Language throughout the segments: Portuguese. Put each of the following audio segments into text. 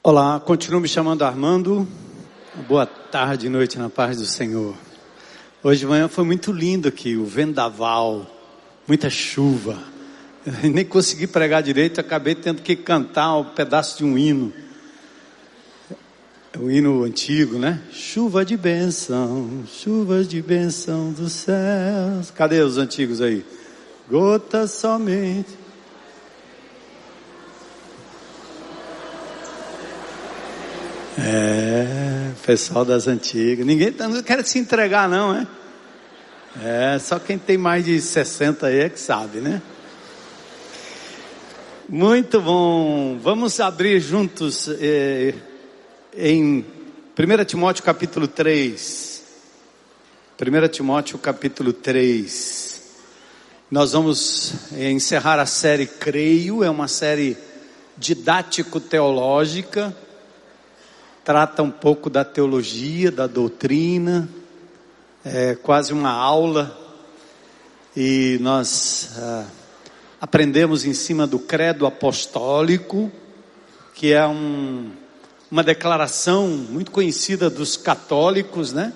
Olá, continuo me chamando Armando. Boa tarde e noite na paz do Senhor. Hoje de manhã foi muito lindo aqui, o vendaval, muita chuva. Eu nem consegui pregar direito, acabei tendo que cantar um pedaço de um hino. É um hino antigo, né? Chuvas de bênção dos céus. Cadê os antigos aí? Gotas somente. Pessoal das antigas. Ninguém não quer se entregar não, né? Só quem tem mais de 60 aí é que sabe, né? Muito bom. Vamos abrir juntos em 1 Timóteo capítulo 3. 1 Timóteo capítulo 3. Nós vamos encerrar a série Creio. É uma série didático-teológica. Trata um pouco da teologia, da doutrina, é quase uma aula, e nós aprendemos em cima do credo apostólico, que é uma declaração muito conhecida dos católicos, né?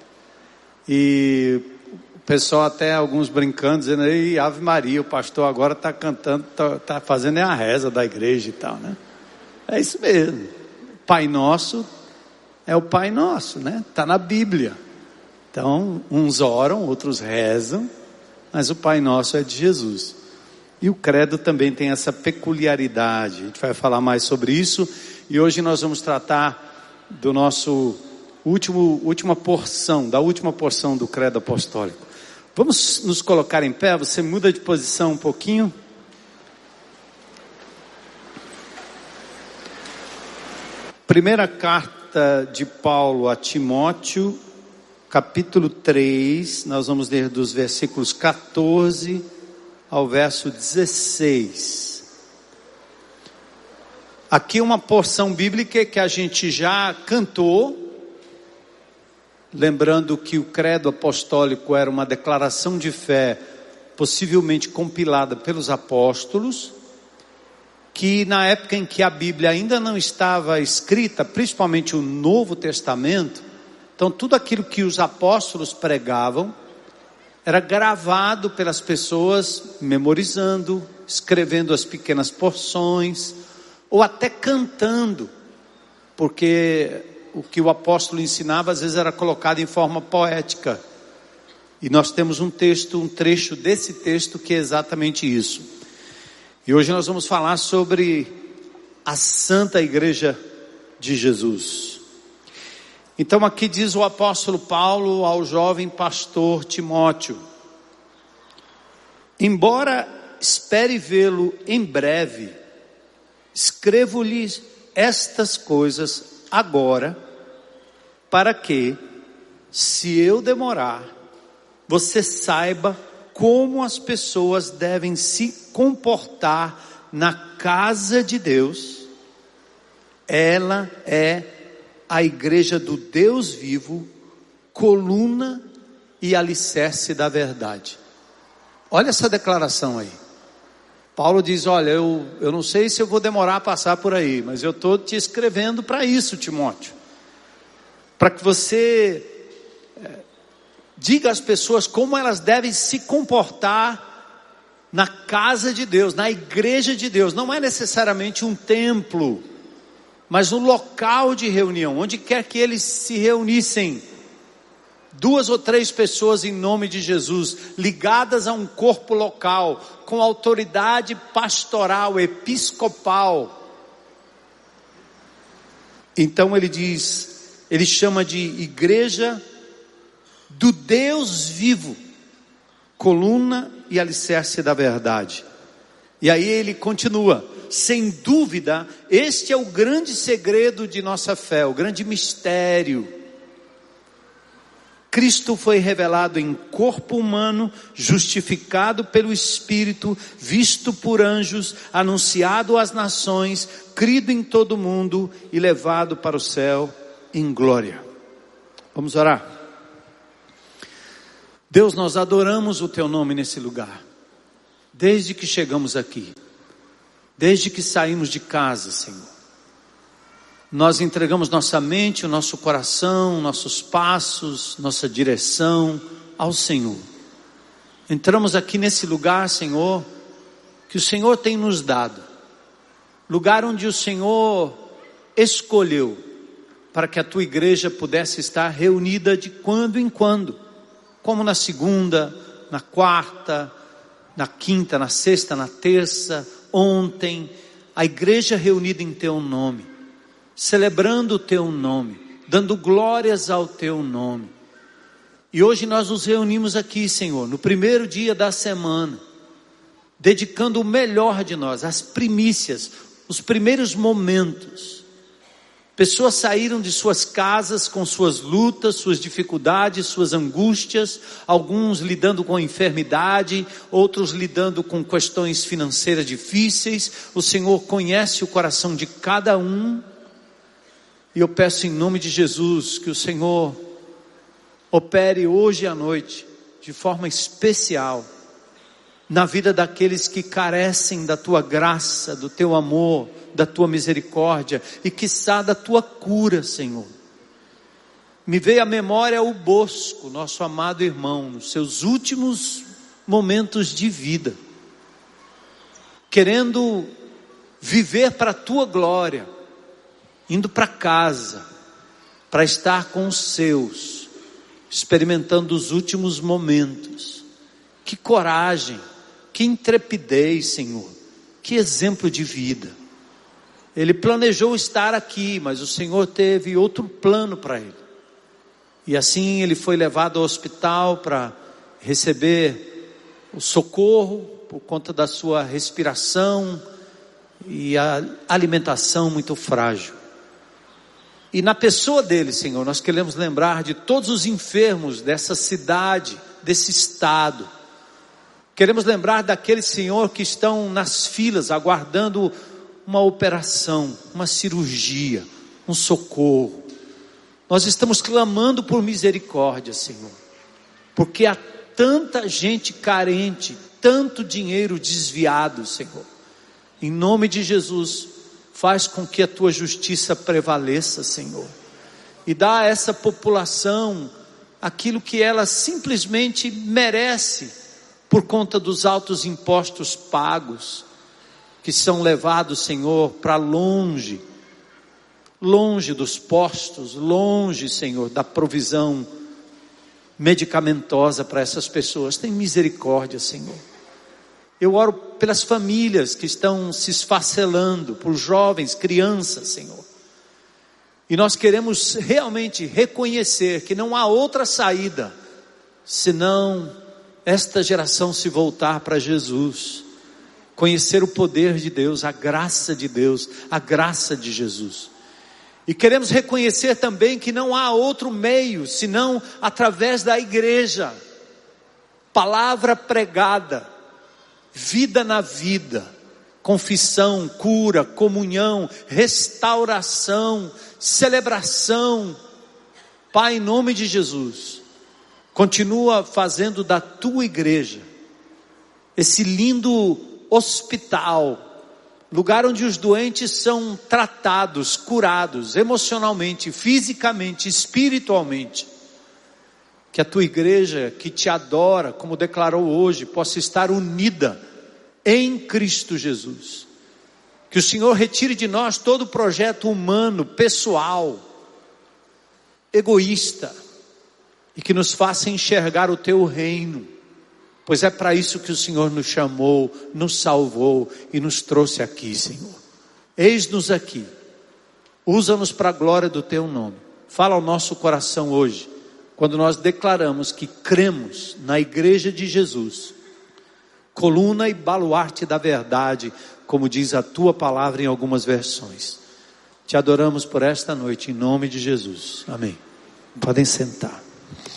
E o pessoal até alguns brincando, dizendo aí, Ave Maria, o pastor agora está cantando, está fazendo a reza da igreja e tal, né? É isso mesmo. Pai Nosso é o Pai Nosso, né? Está na Bíblia. Então, uns oram, outros rezam, mas o Pai Nosso é de Jesus. E o credo também tem essa peculiaridade. A gente vai falar mais sobre isso. E hoje nós vamos tratar do nosso última porção do credo apostólico. Vamos nos colocar em pé. Você muda de posição um pouquinho. Primeira carta de Paulo a Timóteo, capítulo 3, nós vamos ler dos versículos 14 ao verso 16. Aqui uma porção bíblica que a gente já cantou, lembrando que o credo apostólico era uma declaração de fé, possivelmente compilada pelos apóstolos, que na época em que a Bíblia ainda não estava escrita, principalmente o Novo Testamento, então tudo aquilo que os apóstolos pregavam era gravado pelas pessoas, memorizando, escrevendo as pequenas porções, ou até cantando, porque o que o apóstolo ensinava às vezes era colocado em forma poética. E nós temos um trecho desse texto que é exatamente isso. E hoje nós vamos falar sobre a Santa Igreja de Jesus. Então aqui diz o apóstolo Paulo ao jovem pastor Timóteo: embora espere vê-lo em breve, escrevo-lhe estas coisas agora, para que, se eu demorar, você saiba como as pessoas devem se comportar na casa de Deus. Ela é a igreja do Deus vivo, coluna e alicerce da verdade. Olha essa declaração aí. Paulo diz: olha, eu não sei se eu vou demorar a passar por aí, mas eu estou te escrevendo para isso, Timóteo, para que você diga às pessoas como elas devem se comportar na casa de Deus, na igreja de Deus. Não é necessariamente um templo, mas um local de reunião, onde quer que eles se reunissem, 2 ou 3 pessoas em nome de Jesus, ligadas a um corpo local, com autoridade pastoral, episcopal. Então ele chama de igreja do Deus vivo, coluna e alicerce da verdade. E aí ele continua: sem dúvida, este é o grande segredo de nossa fé, o grande mistério. Cristo foi revelado em corpo humano, justificado pelo Espírito, visto por anjos, anunciado às nações, crido em todo mundo e levado para o céu em glória. Vamos orar. Deus, nós adoramos o Teu nome nesse lugar, desde que chegamos aqui, desde que saímos de casa, Senhor. nós entregamos nossa mente, o nosso coração, nossos passos, nossa direção ao Senhor. Entramos aqui nesse lugar, Senhor, que o Senhor tem nos dado, lugar onde o Senhor escolheu para que a tua igreja pudesse estar reunida de quando em quando, como na segunda, na quarta, na quinta, na sexta, na terça, ontem, a igreja reunida em teu nome, celebrando o teu nome, dando glórias ao teu nome. E hoje nós nos reunimos aqui, Senhor, no primeiro dia da semana, dedicando o melhor de nós, as primícias, os primeiros momentos. Pessoas saíram de suas casas com suas lutas, suas dificuldades, suas angústias, alguns lidando com enfermidade, outros lidando com questões financeiras difíceis. O Senhor conhece o coração de cada um, e eu peço em nome de Jesus que o Senhor opere hoje à noite, de forma especial, na vida daqueles que carecem da tua graça, do teu amor, da tua misericórdia e quiçá da tua cura, Senhor. Me veio à memória o Bosco, nosso amado irmão, nos seus últimos momentos de vida, querendo viver para a tua glória, indo para casa, para estar com os seus, experimentando os últimos momentos. Que coragem, que intrepidez, Senhor, que exemplo de vida. Ele planejou estar aqui, mas o Senhor teve outro plano para ele. E assim ele foi levado ao hospital para receber o socorro por conta da sua respiração e a alimentação muito frágil. E na pessoa dele, Senhor, nós queremos lembrar de todos os enfermos dessa cidade, desse estado. Queremos lembrar daqueles, Senhor, que estão nas filas aguardando uma operação, uma cirurgia, um socorro. Nós estamos clamando por misericórdia, Senhor, porque há tanta gente carente, tanto dinheiro desviado, Senhor. Em nome de Jesus, faz com que a tua justiça prevaleça, Senhor, e dá a essa população aquilo que ela simplesmente merece, por conta dos altos impostos pagos, que são levados, Senhor, para longe dos postos, longe, Senhor, da provisão medicamentosa para essas pessoas. Tem misericórdia, Senhor. Eu oro pelas famílias que estão se esfacelando, por jovens, crianças, Senhor. E nós queremos realmente reconhecer que não há outra saída, senão esta geração se voltar para Jesus, conhecer o poder de Deus, a graça de Deus, a graça de Jesus. E queremos reconhecer também que não há outro meio, senão através da igreja, palavra pregada, vida na vida, confissão, cura, comunhão, restauração, celebração. Pai, em nome de Jesus, continua fazendo da tua igreja esse lindo hospital, lugar onde os doentes são tratados, curados, emocionalmente, fisicamente, espiritualmente. Que a tua igreja, que te adora, como declarou hoje, possa estar unida em Cristo Jesus. Que o Senhor retire de nós todo projeto humano, pessoal, egoísta, e que nos faça enxergar o teu reino, pois é para isso que o Senhor nos chamou, nos salvou e nos trouxe aqui, Senhor. Eis-nos aqui, usa-nos para a glória do teu nome. Fala ao nosso coração hoje, quando nós declaramos que cremos na igreja de Jesus, coluna e baluarte da verdade, como diz a tua palavra em algumas versões. Te adoramos por esta noite, em nome de Jesus, amém. Podem sentar.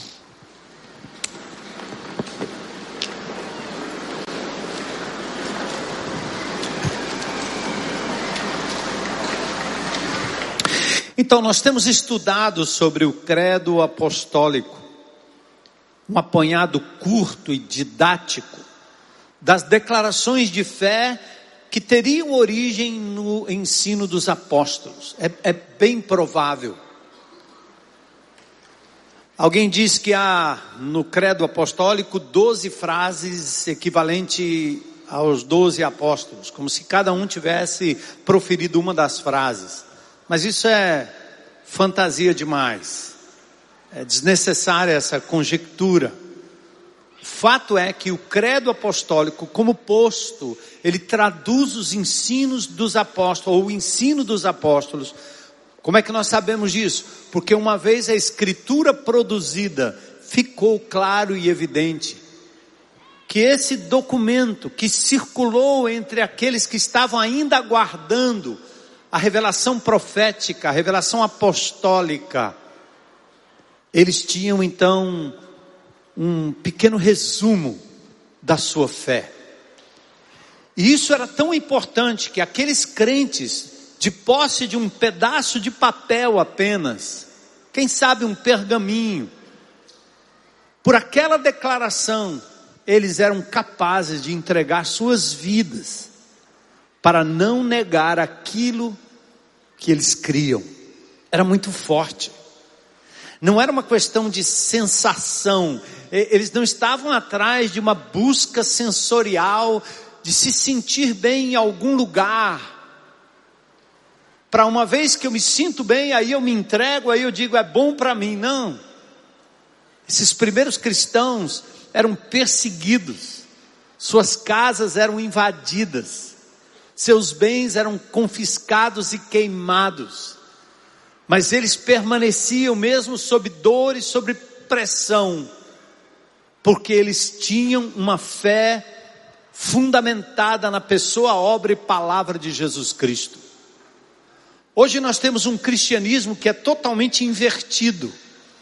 Então, nós temos estudado sobre o credo apostólico, um apanhado curto e didático das declarações de fé que teriam origem no ensino dos apóstolos. É bem provável. Alguém diz que há no credo apostólico 12 frases equivalentes aos 12 apóstolos, como se cada um tivesse proferido uma das frases. Mas isso é fantasia demais. É desnecessária essa conjectura. O fato é que o credo apostólico, como posto, ele traduz os ensinos dos apóstolos, ou o ensino dos apóstolos. Como é que nós sabemos disso? Porque uma vez a escritura produzida, ficou claro e evidente que esse documento que circulou entre aqueles que estavam ainda aguardando a revelação profética, a revelação apostólica, eles tinham então um pequeno resumo da sua fé. E isso era tão importante que aqueles crentes, de posse de um pedaço de papel apenas, quem sabe um pergaminho, por aquela declaração, eles eram capazes de entregar suas vidas, para não negar aquilo que eles criam. Era muito forte. Não era uma questão de sensação. Eles não estavam atrás de uma busca sensorial, de se sentir bem em algum lugar. Para uma vez que eu me sinto bem, aí eu me entrego, aí eu digo é bom para mim. Não. Esses primeiros cristãos eram perseguidos. Suas casas eram invadidas. Seus bens eram confiscados e queimados. Mas eles permaneciam mesmo sob dor e sob pressão, porque eles tinham uma fé fundamentada na pessoa, obra e palavra de Jesus Cristo. Hoje nós temos um cristianismo que é totalmente invertido.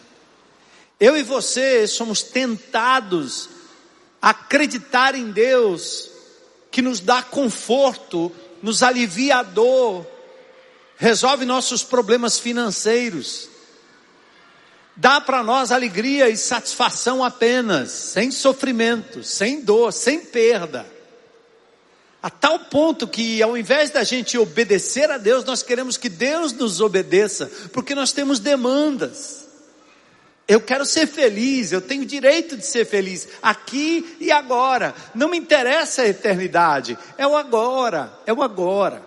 Eu e você somos tentados a acreditar em Deus, que nos dá conforto, nos alivia a dor, resolve nossos problemas financeiros, dá para nós alegria e satisfação apenas, sem sofrimento, sem dor, sem perda. A tal ponto que ao invés da gente obedecer a Deus, nós queremos que Deus nos obedeça, porque nós temos demandas. Eu quero ser feliz, eu tenho direito de ser feliz, aqui e agora. Não me interessa a eternidade, é o agora, é o agora.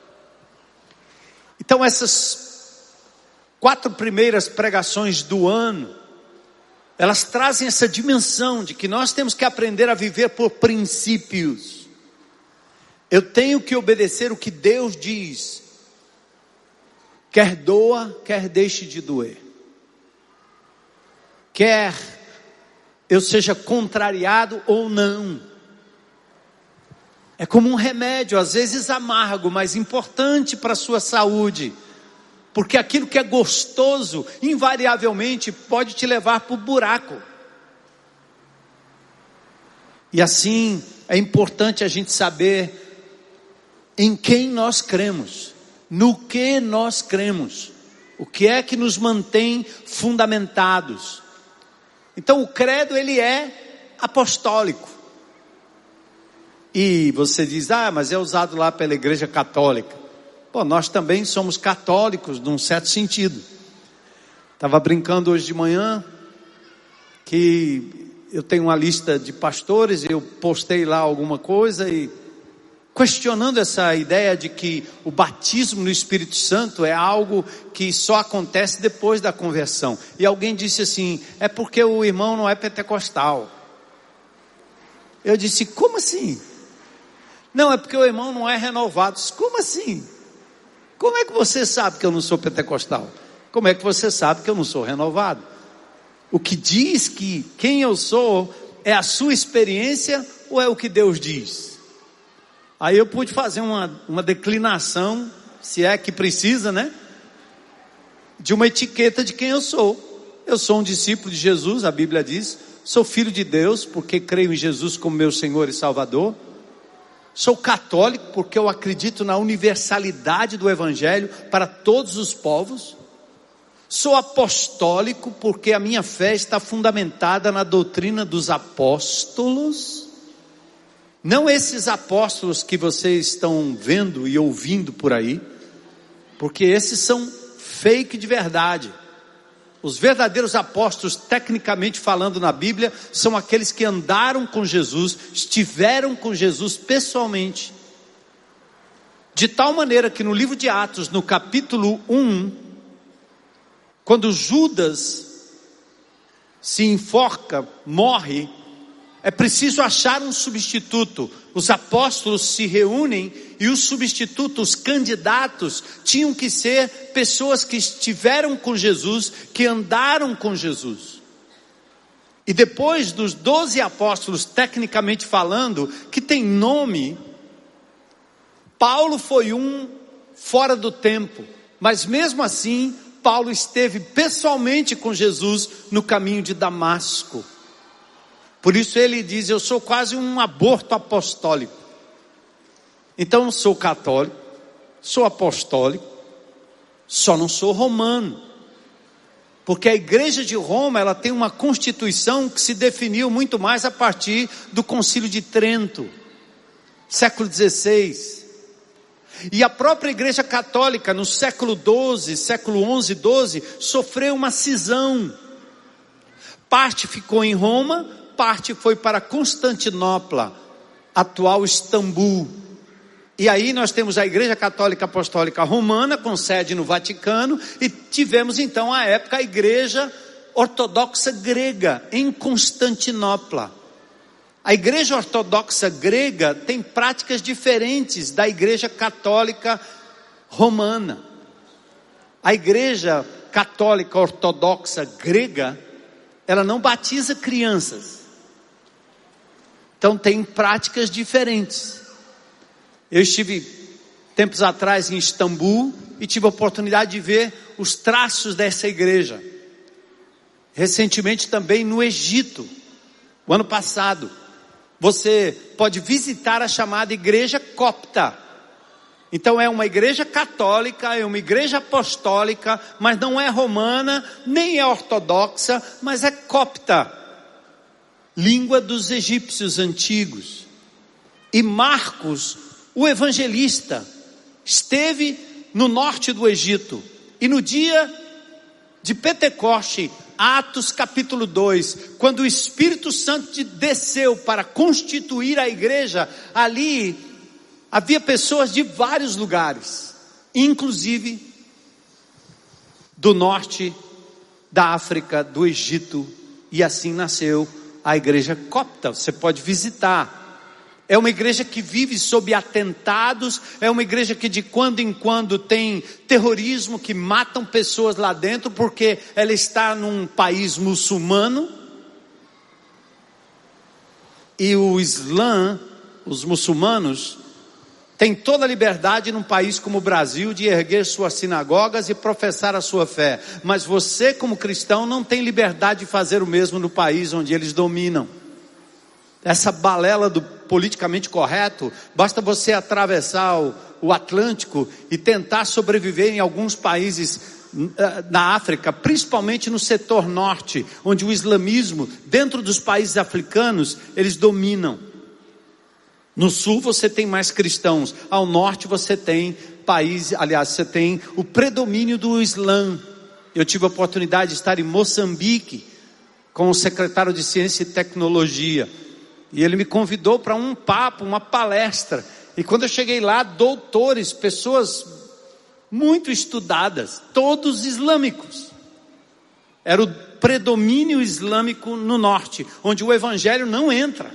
Então essas 4 primeiras pregações do ano, elas trazem essa dimensão de que nós temos que aprender a viver por princípios. Eu tenho que obedecer o que Deus diz, quer doa, quer deixe de doer, quer eu seja contrariado ou não. É como um remédio, às vezes amargo, mas importante para a sua saúde. Porque aquilo que é gostoso, invariavelmente, pode te levar para o buraco. E assim, é importante a gente saber em quem nós cremos, no que nós cremos, o que é que nos mantém fundamentados. Então o credo, ele é apostólico. E você diz, mas é usado lá pela igreja católica. Pô, nós também somos católicos, num certo sentido. Estava brincando hoje de manhã, que eu tenho uma lista de pastores, eu postei lá alguma coisa, e questionando essa ideia de que o batismo no Espírito Santo é algo que só acontece depois da conversão. E alguém disse assim, é porque o irmão não é pentecostal. Eu disse, como assim? Não, é porque o irmão não é renovado. Como assim? Como é que você sabe que eu não sou pentecostal? Como é que você sabe que eu não sou renovado? O que diz que quem eu sou é a sua experiência ou é o que Deus diz? Aí eu pude fazer uma declinação, se é que precisa, né? De uma etiqueta de quem eu sou. Eu sou um discípulo de Jesus, a Bíblia diz. Sou filho de Deus porque creio em Jesus como meu Senhor e Salvador. Sou católico porque eu acredito na universalidade do Evangelho para todos os povos. Sou apostólico porque a minha fé está fundamentada na doutrina dos apóstolos. Não esses apóstolos que vocês estão vendo e ouvindo por aí, porque esses são fake de verdade. Os verdadeiros apóstolos, tecnicamente falando na Bíblia, são aqueles que andaram com Jesus, estiveram com Jesus pessoalmente. De tal maneira que no livro de Atos, no capítulo 1, quando Judas se enforca, morre, é preciso achar um substituto. Os apóstolos se reúnem e os substitutos, os candidatos, tinham que ser pessoas que estiveram com Jesus, que andaram com Jesus. E depois dos 12 apóstolos, tecnicamente falando, que tem nome, Paulo foi um fora do tempo, mas mesmo assim, Paulo esteve pessoalmente com Jesus no caminho de Damasco. Por isso ele diz, eu sou quase um aborto apostólico. Então eu sou católico, sou apostólico, só não sou romano. Porque a igreja de Roma, ela tem uma constituição que se definiu muito mais a partir do Concílio de Trento, século XVI. E a própria igreja católica, no século XII, século XI, XII, sofreu uma cisão. Parte ficou em Roma, parte foi para Constantinopla, atual Istambul. E aí nós temos a Igreja Católica Apostólica Romana, com sede no Vaticano, e tivemos então à época a Igreja Ortodoxa Grega, em Constantinopla. A Igreja Ortodoxa Grega tem práticas diferentes da Igreja Católica Romana. A Igreja Católica Ortodoxa Grega, ela não batiza crianças. Então tem práticas diferentes. Eu estive tempos atrás em Istambul e tive a oportunidade de ver os traços dessa igreja. Recentemente também no Egito, o ano passado. Você pode visitar a chamada igreja copta. Então é uma igreja católica, é uma igreja apostólica, mas não é romana, nem é ortodoxa, mas é copta. Língua dos egípcios antigos. E Marcos, o evangelista, esteve no norte do Egito. E no dia de Pentecoste, Atos capítulo 2, quando o Espírito Santo desceu para constituir a igreja, ali havia pessoas de vários lugares, inclusive do norte da África, do Egito, e assim nasceu a igreja copta. Você pode visitar. É uma igreja que vive sob atentados, é uma igreja que de quando em quando tem terrorismo, que matam pessoas lá dentro, porque ela está num país muçulmano. E o Islã, os muçulmanos, têm toda a liberdade num país como o Brasil de erguer suas sinagogas e professar a sua fé. Mas você como cristão não tem liberdade de fazer o mesmo no país onde eles dominam. Essa balela do politicamente correto, basta você atravessar o Atlântico e tentar sobreviver em alguns países na África, principalmente no setor norte, onde o islamismo, dentro dos países africanos, eles dominam. No sul você tem mais cristãos, ao norte você tem você tem o predomínio do Islã. Eu tive a oportunidade de estar em Moçambique com o secretário de Ciência e Tecnologia. E ele me convidou para um papo, uma palestra. E quando eu cheguei lá, doutores, pessoas muito estudadas, todos islâmicos. Era o predomínio islâmico no norte, onde o evangelho não entra.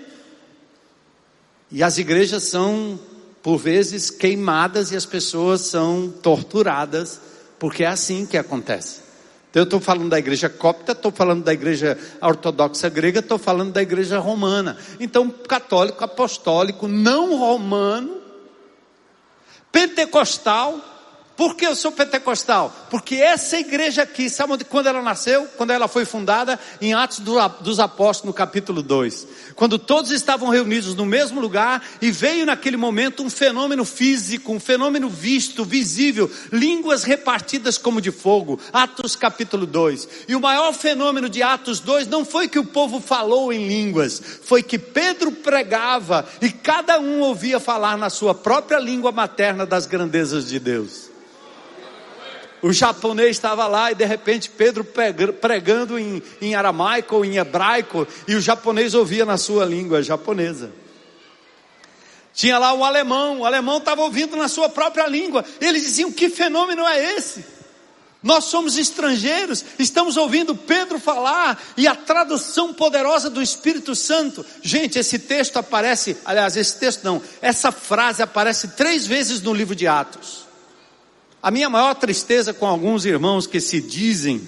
E as igrejas são, por vezes, queimadas e as pessoas são torturadas, porque é assim que acontece. Então eu estou falando da igreja copta, estou falando da igreja ortodoxa grega, estou falando da igreja romana. Então católico, apostólico, não romano, pentecostal, Por que eu sou pentecostal? Porque essa igreja aqui, sabe quando ela nasceu? Quando ela foi fundada? Em Atos dos Apóstolos, no capítulo 2. Quando todos estavam reunidos no mesmo lugar, e veio naquele momento um fenômeno físico, um fenômeno visto, visível, línguas repartidas como de fogo. Atos capítulo 2. E o maior fenômeno de Atos 2 não foi que o povo falou em línguas, foi que Pedro pregava e cada um ouvia falar na sua própria língua materna das grandezas de Deus. O japonês estava lá e de repente Pedro pregando em aramaico ou em hebraico, e o japonês ouvia na sua língua japonesa. Tinha lá o alemão estava ouvindo na sua própria língua. Eles diziam: que fenômeno é esse? Nós somos estrangeiros, estamos ouvindo Pedro falar, e a tradução poderosa do Espírito Santo. Gente, esse texto aparece, aliás, essa frase aparece 3 vezes no livro de Atos. A minha maior tristeza com alguns irmãos que se dizem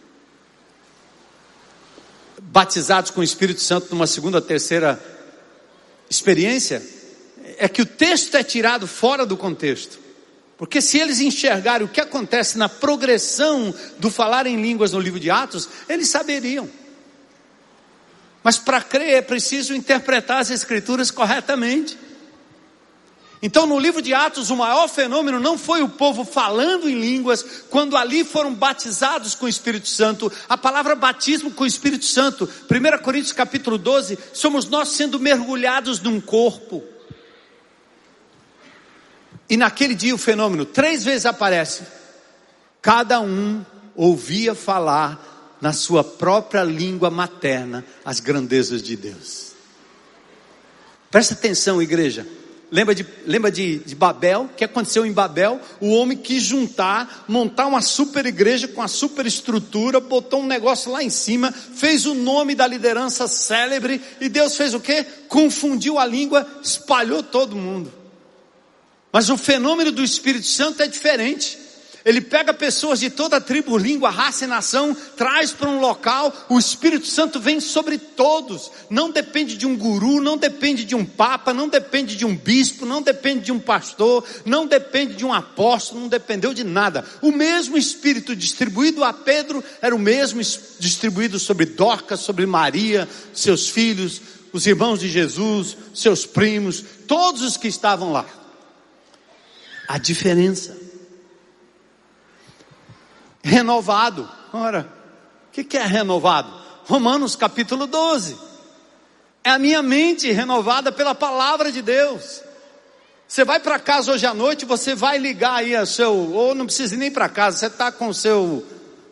batizados com o Espírito Santo numa segunda, terceira experiência, é que o texto é tirado fora do contexto. Porque se eles enxergarem o que acontece na progressão do falar em línguas no livro de Atos, eles saberiam. Mas para crer é preciso interpretar as Escrituras corretamente. Então no livro de Atos o maior fenômeno não foi o povo falando em línguas, quando ali foram batizados com o Espírito Santo. A palavra batismo com o Espírito Santo, 1 Coríntios capítulo 12, somos nós sendo mergulhados num corpo. E naquele dia o fenômeno 3 vezes aparece. Cada um ouvia falar na sua própria língua materna as grandezas de Deus. Presta atenção, igreja. Lembra de Babel? O que aconteceu em Babel? O homem quis montar uma super igreja com uma super estrutura, botou um negócio lá em cima, fez o nome da liderança célebre, e Deus fez o quê? Confundiu a língua, espalhou todo mundo. Mas o fenômeno do Espírito Santo é diferente. Ele pega pessoas de toda a tribo, língua, raça e nação, traz para um local. O Espírito Santo vem sobre todos. Não depende de um guru, não depende de um papa, não depende de um bispo, não depende de um pastor, não depende de um apóstolo, não dependeu de nada. O mesmo Espírito distribuído a Pedro era o mesmo distribuído sobre Dorcas, sobre Maria, seus filhos, os irmãos de Jesus, seus primos, todos os que estavam lá. A diferença. Renovado. Ora, o que é renovado? Romanos capítulo 12. É a minha mente renovada pela palavra de Deus. Você vai para casa hoje à noite, você vai ligar aí ou não precisa ir nem para casa, você está com o seu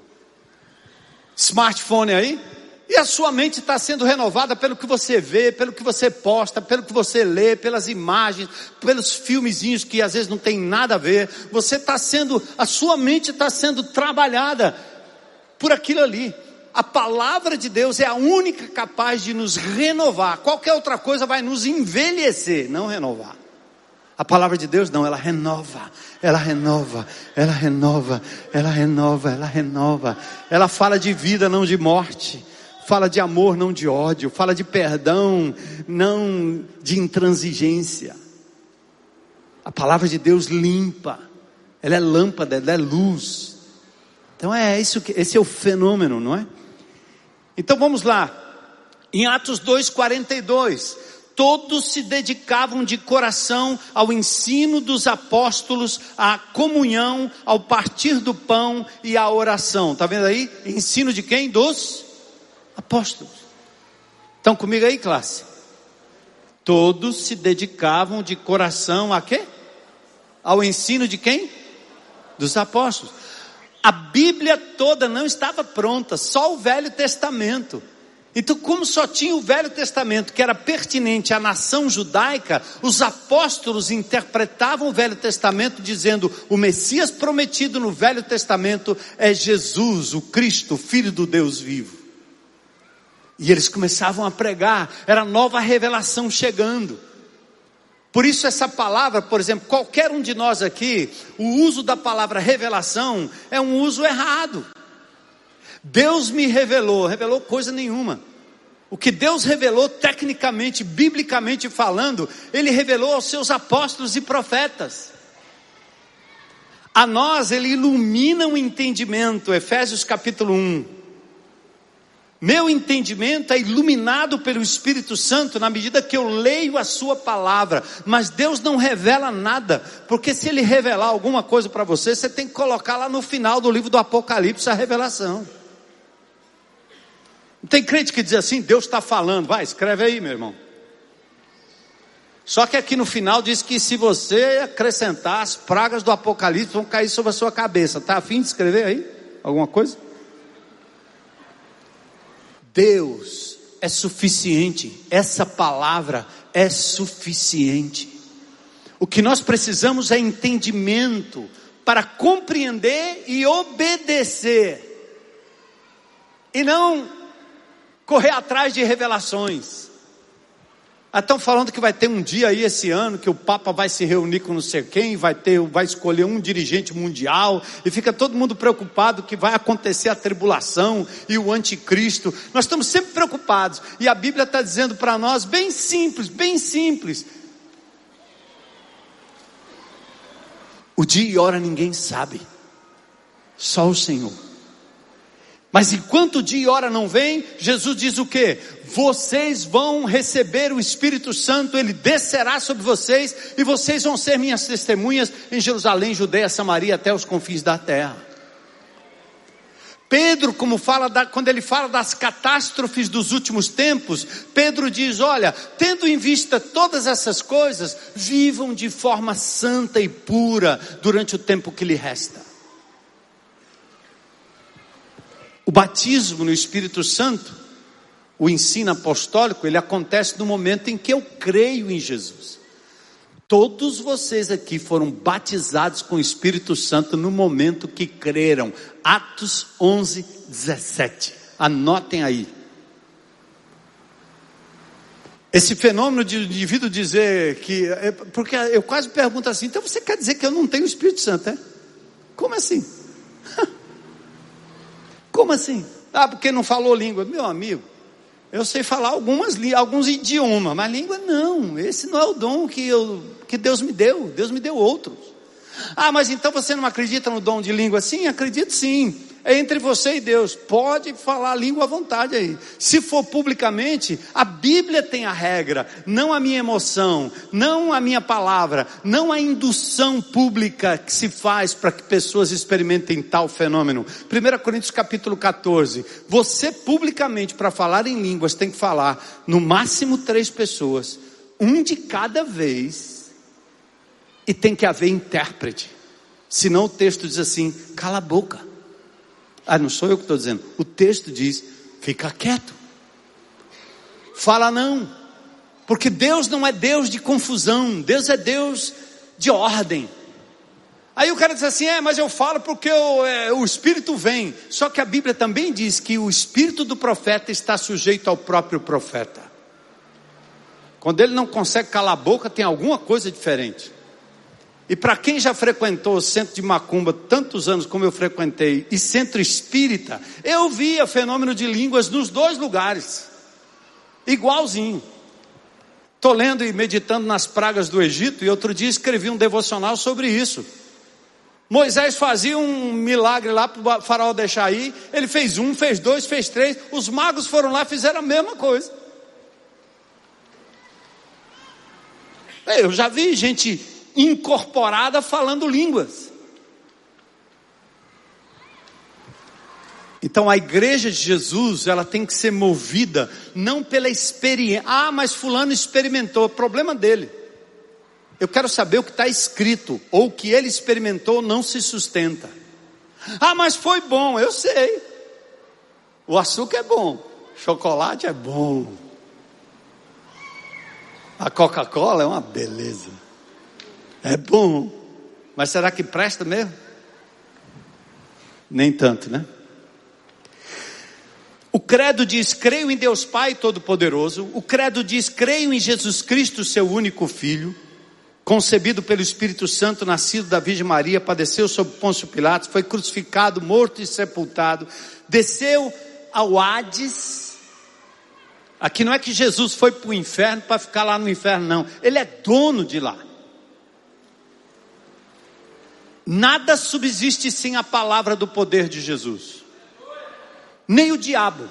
smartphone aí, e a sua mente está sendo renovada pelo que você vê, pelo que você posta, pelo que você lê, pelas imagens, pelos filmezinhos que às vezes não tem nada a ver. A sua mente está sendo trabalhada por aquilo ali. A palavra de Deus é a única capaz de nos renovar. Qualquer outra coisa vai nos envelhecer, não renovar. A palavra de Deus não, ela renova, ela renova, ela renova, ela renova, ela renova. Ela fala de vida, não de morte. Fala de amor, não de ódio. Fala de perdão, não de intransigência. A palavra de Deus limpa. Ela é lâmpada, ela é luz. Então esse é o fenômeno, não é? Então vamos lá. Em Atos 2:42. Todos se dedicavam de coração ao ensino dos apóstolos, à comunhão, ao partir do pão e à oração. Está vendo aí? Ensino de quem? Dos apóstolos. Estão comigo aí, classe? Todos se dedicavam de coração a quê? Ao ensino de quem? Dos apóstolos. A Bíblia toda não estava pronta, só o Velho Testamento. Então, como só tinha o Velho Testamento, que era pertinente à nação judaica, os apóstolos interpretavam o Velho Testamento dizendo: o Messias prometido no Velho Testamento é Jesus, o Cristo, o Filho do Deus vivo. E eles começavam a pregar, era nova revelação chegando. Por isso essa palavra, por exemplo, qualquer um de nós aqui, o uso da palavra revelação é um uso errado. Deus me revelou coisa nenhuma. O que Deus revelou tecnicamente, biblicamente falando, Ele revelou aos seus apóstolos e profetas. A nós ele ilumina o entendimento, Efésios capítulo 1. Meu entendimento é iluminado pelo Espírito Santo na medida que eu leio a sua palavra. Mas Deus não revela nada, porque se ele revelar alguma coisa para você, você tem que colocar lá no final do livro do Apocalipse a revelação. Não tem crente que diz assim, Deus está falando, vai, escreve aí, meu irmão. Só que aqui no final diz que se você acrescentar, as pragas do Apocalipse vão cair sobre a sua cabeça. Está a fim de escrever aí alguma coisa? Deus é suficiente, essa palavra é suficiente. O que nós precisamos é entendimento para compreender e obedecer, e não correr atrás de revelações. Estão falando que vai ter um dia aí esse ano que o Papa vai se reunir com não sei quem, vai escolher um dirigente mundial, e fica todo mundo preocupado que vai acontecer a tribulação e o anticristo. Nós estamos sempre preocupados, e a Bíblia está dizendo para nós bem simples. O dia e hora ninguém sabe, só o Senhor. Mas enquanto o dia e hora não vem, Jesus diz o quê? Vocês vão receber o Espírito Santo, ele descerá sobre vocês, e vocês vão ser minhas testemunhas em Jerusalém, Judeia, Samaria, até os confins da terra. Pedro, quando ele fala das catástrofes dos últimos tempos, Pedro diz, olha, tendo em vista todas essas coisas, vivam de forma santa e pura durante o tempo que lhe resta. O batismo no Espírito Santo, o ensino apostólico, ele acontece no momento em que eu creio em Jesus. Todos vocês aqui foram batizados com o Espírito Santo no momento que creram. Atos 11, 17. Anotem aí. Esse fenômeno de indivíduo dizer que... Porque eu quase pergunto assim, então você quer dizer que eu não tenho o Espírito Santo, é? Como assim? Como assim? Porque não falou língua. Meu amigo, eu sei falar alguns idiomas, mas língua não. Esse não é o dom que Deus me deu. Deus me deu outros. Mas então você não acredita no dom de língua? Sim, acredito sim. É entre você e Deus. Pode falar língua à vontade aí. Se for publicamente, a Bíblia tem a regra, não a minha emoção, não a minha palavra, não a indução pública que se faz para que pessoas experimentem tal fenômeno. 1 Coríntios capítulo 14. Você publicamente, para falar em línguas, tem que falar no máximo 3 pessoas, um de cada vez, e tem que haver intérprete. Senão o texto diz assim, cala a boca. Não sou eu que estou dizendo. O texto diz, fica quieto. Fala não. Porque Deus não é Deus de confusão. Deus é Deus de ordem. Aí o cara diz assim, mas eu falo porque o Espírito vem. Só que a Bíblia também diz que o Espírito do profeta está sujeito ao próprio profeta. Quando ele não consegue calar a boca, tem alguma coisa diferente. E para quem já frequentou o centro de macumba tantos anos como eu frequentei, e centro espírita, eu via fenômeno de línguas nos 2 lugares, igualzinho. Estou lendo e meditando nas pragas do Egito, e outro dia escrevi um devocional sobre isso. Moisés fazia um milagre lá para o faraó deixar ir, ele fez 1, fez 2, fez 3, os magos foram lá e fizeram a mesma coisa. Eu já vi gente incorporada falando línguas. Então a igreja de Jesus, ela tem que ser movida não pela experiência. Mas fulano experimentou, problema dele. Eu quero saber o que está escrito, ou o que ele experimentou não se sustenta. Mas foi bom, eu sei. O açúcar é bom, chocolate é bom, a Coca-Cola é uma beleza. É bom, mas será que presta mesmo? Nem tanto, né? O credo diz, creio em Deus Pai Todo-Poderoso. O credo diz, creio em Jesus Cristo, seu único Filho, concebido pelo Espírito Santo, nascido da Virgem Maria, padeceu sob Pôncio Pilatos, foi crucificado, morto e sepultado, desceu ao Hades. Aqui não é que Jesus foi para o inferno para ficar lá no inferno, não. Ele é dono de lá. Nada subsiste sem a palavra do poder de Jesus. Nem o diabo.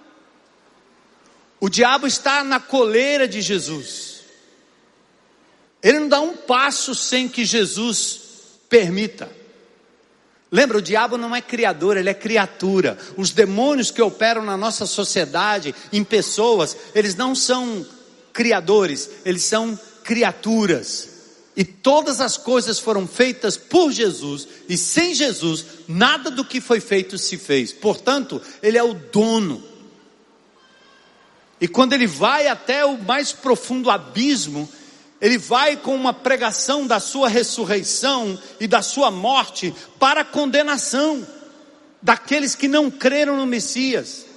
O diabo está na coleira de Jesus. Ele não dá um passo sem que Jesus permita. Lembra, o diabo não é criador, ele é criatura. Os demônios que operam na nossa sociedade, em pessoas, eles não são criadores, eles são criaturas. E todas as coisas foram feitas por Jesus, e sem Jesus, nada do que foi feito se fez. Portanto, ele é o dono. E quando ele vai até o mais profundo abismo, ele vai com uma pregação da sua ressurreição e da sua morte para a condenação daqueles que não creram no Messias.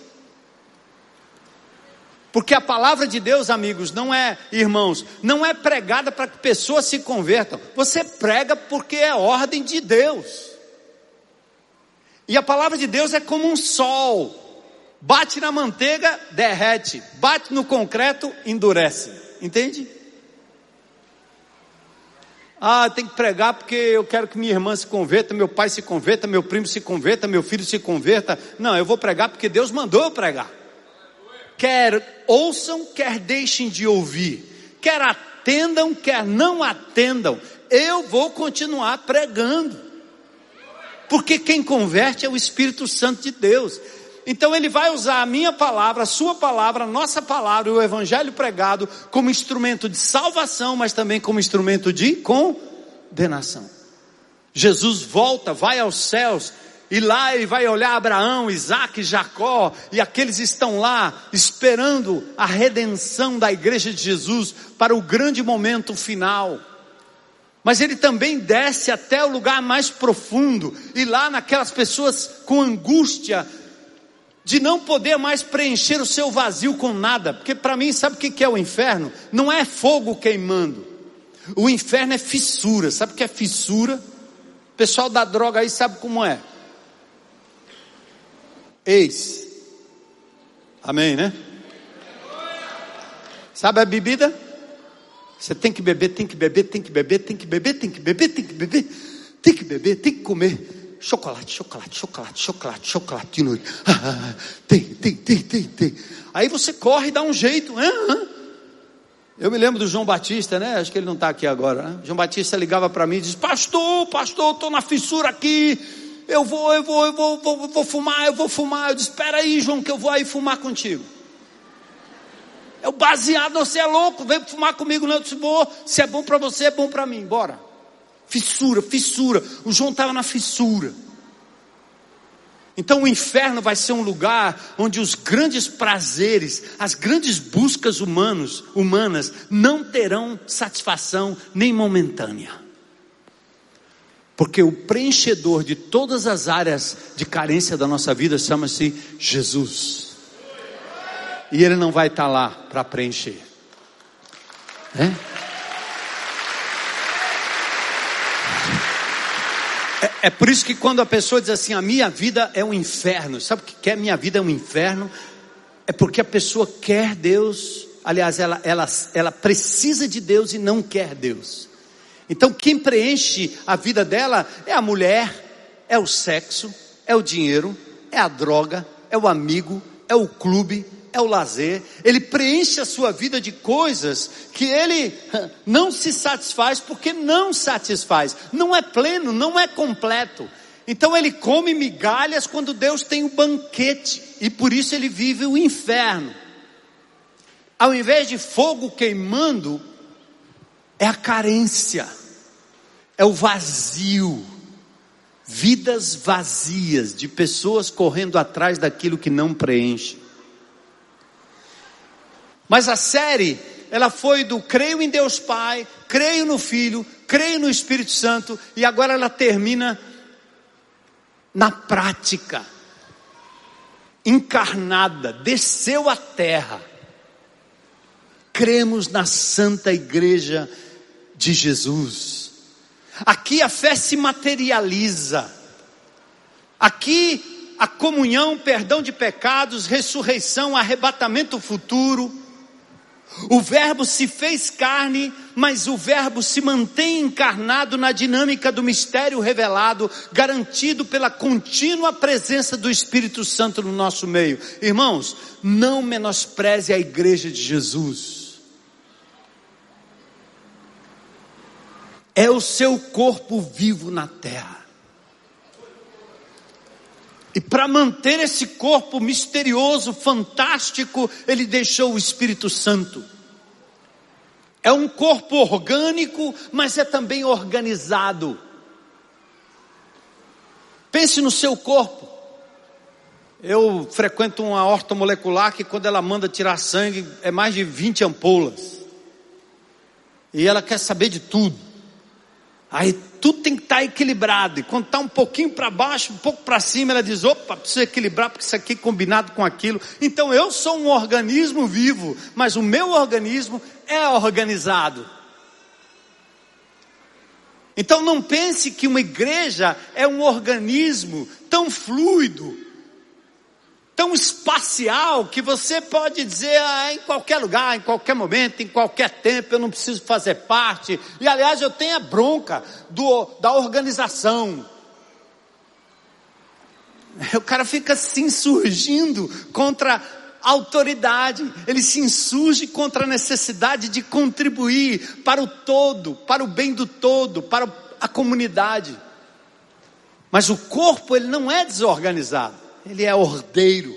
Porque a palavra de Deus, amigos, não é, irmãos, não é pregada para que pessoas se convertam. Você prega porque é ordem de Deus. E a palavra de Deus é como um sol. Bate na manteiga, derrete. Bate no concreto, endurece. Entende? Tem que pregar porque eu quero que minha irmã se converta, meu pai se converta, meu primo se converta, meu filho se converta. Não, eu vou pregar porque Deus mandou eu pregar. Quer ouçam, quer deixem de ouvir. Quer atendam, quer não atendam. Eu vou continuar pregando. Porque quem converte é o Espírito Santo de Deus. Então ele vai usar a minha palavra, a sua palavra, a nossa palavra, o evangelho pregado como instrumento de salvação, mas também como instrumento de condenação. Jesus volta, vai aos céus, e lá ele vai olhar Abraão, Isaac, Jacó, e aqueles estão lá esperando a redenção da igreja de Jesus para o grande momento final. Mas ele também desce até o lugar mais profundo, e lá naquelas pessoas com angústia, de não poder mais preencher o seu vazio com nada. Porque para mim, sabe o que é o inferno? Não é fogo queimando. O inferno é fissura. Sabe o que é fissura? O pessoal da droga aí sabe como é. Eis. Amém, né? Sabe a bebida? Você tem que beber, tem que beber, tem que beber, tem que beber, tem que beber, tem que beber, tem que beber, tem que comer. Chocolate, chocolate, chocolate, chocolate, chocolate de noite. Tem. Aí você corre e dá um jeito. Eu me lembro do João Batista, né? Acho que ele não está aqui agora, né? João Batista ligava para mim e disse: Pastor, estou na fissura aqui. Eu vou fumar. Eu disse: espera aí, João, que eu vou aí fumar contigo. É o baseado, você é louco, vem fumar comigo. Não, eu disse: vou, se é bom para você, é bom para mim, bora. Fissura. O João estava na fissura. Então o inferno vai ser um lugar onde os grandes prazeres, as grandes buscas humanas não terão satisfação nem momentânea. Porque o preenchedor de todas as áreas de carência da nossa vida chama-se Jesus. E ele não vai estar lá para preencher. É por isso que quando a pessoa diz assim: a minha vida é um inferno. Sabe o que é minha vida é um inferno? É porque a pessoa quer Deus. Aliás, ela precisa de Deus e não quer Deus. Então quem preenche a vida dela é a mulher, é o sexo, é o dinheiro, é a droga, é o amigo, é o clube, é o lazer. Ele preenche a sua vida de coisas que ele não se satisfaz, porque não satisfaz, não é pleno, não é completo. Então ele come migalhas quando Deus tem um banquete, e por isso ele vive o inferno. Ao invés de fogo queimando, é a carência, é o vazio, vidas vazias de pessoas correndo atrás daquilo que não preenche. Mas a série, ela foi do creio em Deus Pai, creio no Filho, creio no Espírito Santo, e agora ela termina na prática, encarnada, desceu à terra. Cremos na Santa Igreja de Jesus. Aqui a fé se materializa. Aqui a comunhão, perdão de pecados, ressurreição, arrebatamento futuro. O Verbo se fez carne, mas o Verbo se mantém encarnado na dinâmica do mistério revelado, garantido pela contínua presença do Espírito Santo no nosso meio. Irmãos, não menospreze a igreja de Jesus. É o seu corpo vivo na terra. E para manter esse corpo misterioso, fantástico, Ele deixou o Espírito Santo. É um corpo orgânico, mas é também organizado. Pense no seu corpo. Eu frequento uma ortomolecular que quando ela manda tirar sangue, é mais de 20 ampolas. E ela quer saber de tudo. Aí tudo tem que estar equilibrado. E quando está um pouquinho para baixo, um pouco para cima, ela diz, opa, precisa equilibrar, porque isso aqui é combinado com aquilo. Então eu sou um organismo vivo, mas o meu organismo é organizado. Então não pense que uma igreja é um organismo tão fluido, tão espacial, que você pode dizer, em qualquer lugar, em qualquer momento, em qualquer tempo, eu não preciso fazer parte. E aliás, eu tenho a bronca da organização. O cara fica se insurgindo contra a autoridade, ele se insurge contra a necessidade de contribuir para o todo, para o bem do todo, para a comunidade. Mas o corpo, ele não é desorganizado. Ele é ordeiro.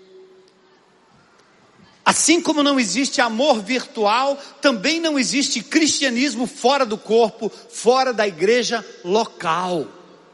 Assim como não existe amor virtual, também não existe cristianismo fora do corpo, fora da igreja local.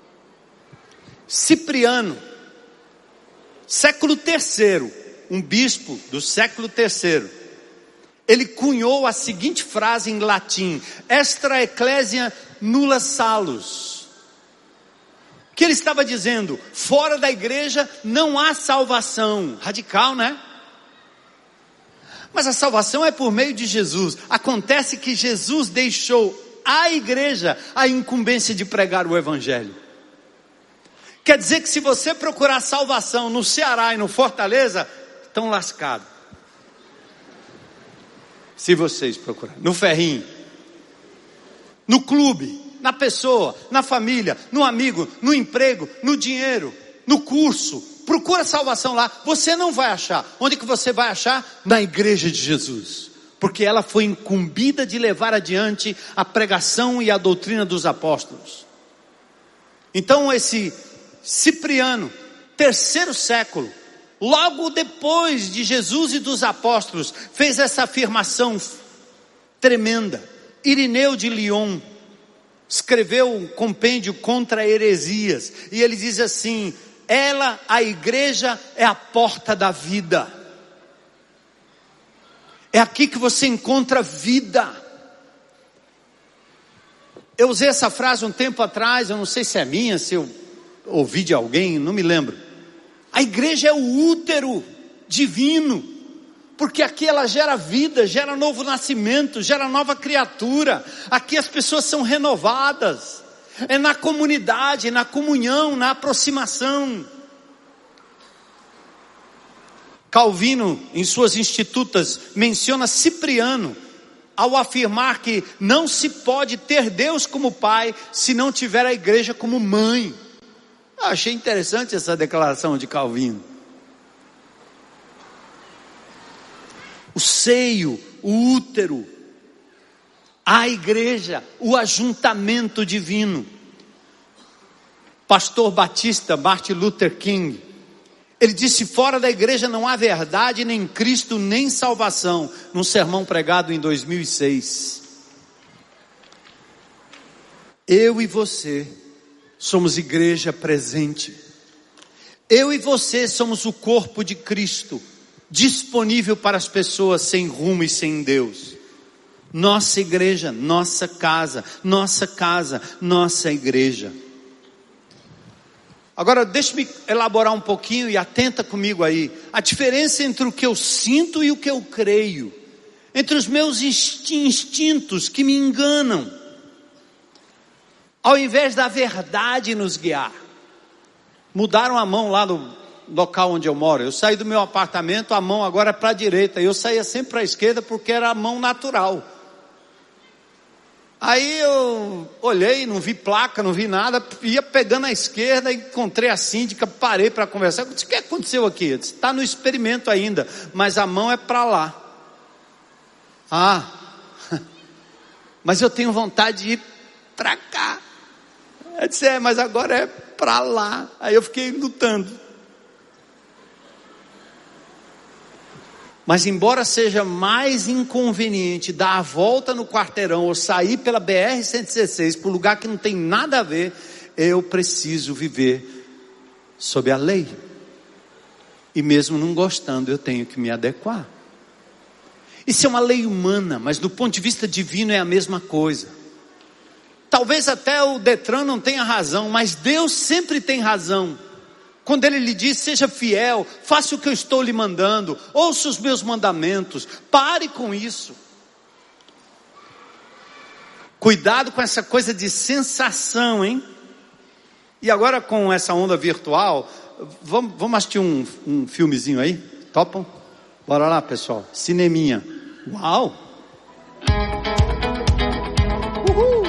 Cipriano, século III, um bispo do século III, ele cunhou a seguinte frase em latim: extra ecclesia nulla salus. Que ele estava dizendo, fora da igreja não há salvação. Radical, né? Mas a salvação é por meio de Jesus. Acontece que Jesus deixou à igreja a incumbência de pregar o evangelho. Quer dizer que se você procurar salvação no Ceará e no Fortaleza, estão lascados. Se vocês procurarem, no Ferrinho, no clube, na pessoa, na família, no amigo, no emprego, no dinheiro, no curso, procura salvação lá, você não vai achar. Onde que você vai achar? Na igreja de Jesus, porque ela foi incumbida de levar adiante a pregação e a doutrina dos apóstolos. Então esse Cipriano, terceiro século, logo depois de Jesus e dos apóstolos, fez essa afirmação tremenda. Irineu de Lyon escreveu um compêndio contra heresias, e ele diz assim: ela, a igreja, é a porta da vida. É aqui que você encontra vida. Eu usei essa frase um tempo atrás, eu não sei se é minha, se eu ouvi de alguém, não me lembro. A igreja é o útero divino, porque aqui ela gera vida, gera novo nascimento, gera nova criatura. Aqui as pessoas são renovadas. É na comunidade, na comunhão, na aproximação. Calvino, em suas Institutas, menciona Cipriano, ao afirmar que não se pode ter Deus como pai, se não tiver a igreja como mãe. Eu achei interessante essa declaração de Calvino. O seio, o útero, a igreja, o ajuntamento divino. Pastor Batista, Martin Luther King, ele disse: fora da igreja não há verdade, nem Cristo, nem salvação, num sermão pregado em 2006. Eu e você somos igreja presente. Eu e você somos o corpo de Cristo, disponível para as pessoas sem rumo e sem Deus. Nossa igreja, nossa casa, nossa igreja. Agora deixe-me elaborar um pouquinho e atenta comigo aí. A diferença entre o que eu sinto e o que eu creio. Entre os meus instintos que me enganam, ao invés da verdade nos guiar. Mudaram a mão lá local onde eu moro. Eu saí do meu apartamento, a mão agora é para a direita. Eu saía sempre para a esquerda porque era a mão natural. Aí eu olhei, não vi placa, não vi nada, ia pegando a esquerda, encontrei a síndica, parei para conversar. Eu disse, o que aconteceu aqui? Eu disse, está no experimento ainda, mas a mão é para lá. Mas eu tenho vontade de ir para cá. Eu disse, mas agora é para lá. Aí eu fiquei lutando. Mas embora seja mais inconveniente dar a volta no quarteirão ou sair pela BR-116 para um lugar que não tem nada a ver, eu preciso viver sob a lei. E mesmo não gostando, eu tenho que me adequar. Isso é uma lei humana, mas do ponto de vista divino é a mesma coisa. Talvez até o Detran não tenha razão, mas Deus sempre tem razão. Quando Ele lhe diz, seja fiel, faça o que eu estou lhe mandando, ouça os meus mandamentos, pare com isso. Cuidado com essa coisa de sensação, hein? E agora com essa onda virtual, vamos assistir um filmezinho aí? Topam? Bora lá, pessoal, cineminha. Uau! Uhul!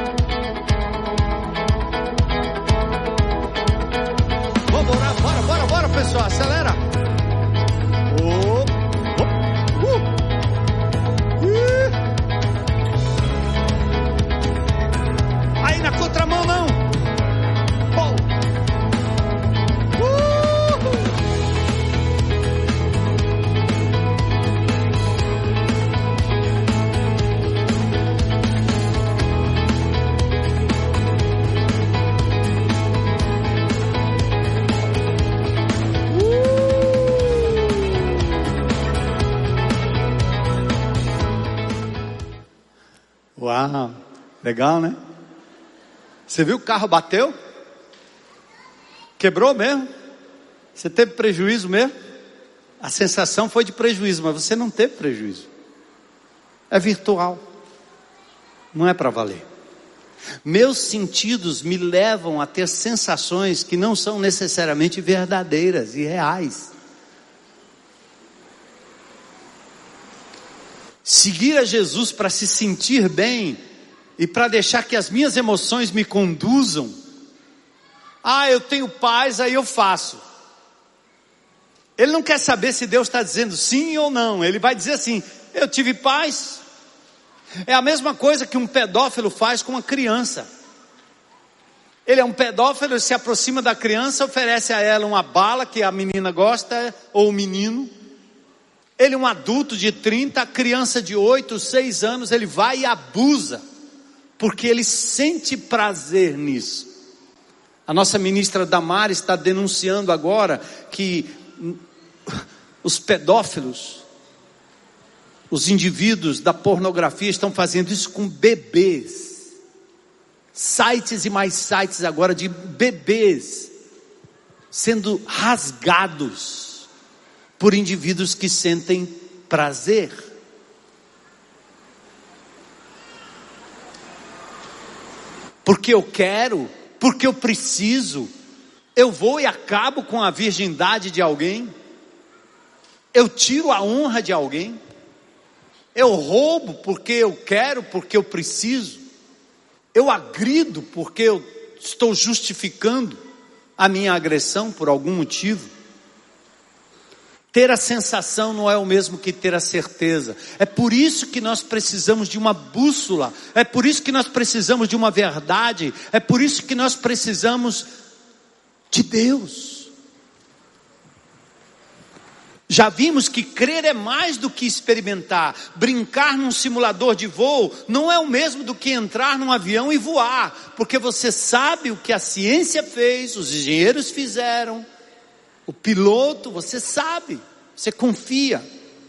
Bora, pessoal, acelera. Aí na contramão não. Uau, legal, né? Você viu o carro bateu? Quebrou mesmo? Você teve prejuízo mesmo? A sensação foi de prejuízo, mas você não teve prejuízo. É virtual. Não é para valer. Meus sentidos me levam a ter sensações que não são necessariamente verdadeiras e reais. Seguir a Jesus para se sentir bem e para deixar que as minhas emoções me conduzam. Eu tenho paz, aí eu faço. Ele não quer saber se Deus está dizendo sim ou não. Ele vai dizer assim, eu tive paz. É a mesma coisa que um pedófilo faz com uma criança. Ele é um pedófilo, ele se aproxima da criança, oferece a ela uma bala que a menina gosta, ou o menino. Ele é um adulto de 30, a criança de 8, 6 anos, ele vai e abusa, porque ele sente prazer nisso. A nossa ministra Damares está denunciando agora que os pedófilos, os indivíduos da pornografia estão fazendo isso com bebês. Sites e mais sites agora de bebês sendo rasgados por indivíduos que sentem prazer. Porque eu quero, porque eu preciso, eu vou e acabo com a virgindade de alguém, eu tiro a honra de alguém, eu roubo porque eu quero, porque eu preciso, eu agrido porque eu estou justificando a minha agressão por algum motivo. Ter a sensação não é o mesmo que ter a certeza. É por isso que nós precisamos de uma bússola. É por isso que nós precisamos de uma verdade. É por isso que nós precisamos de Deus. Já vimos que crer é mais do que experimentar. Brincar num simulador de voo não é o mesmo do que entrar num avião e voar. Porque você sabe o que a ciência fez, os engenheiros fizeram. O piloto, você sabe, você confia.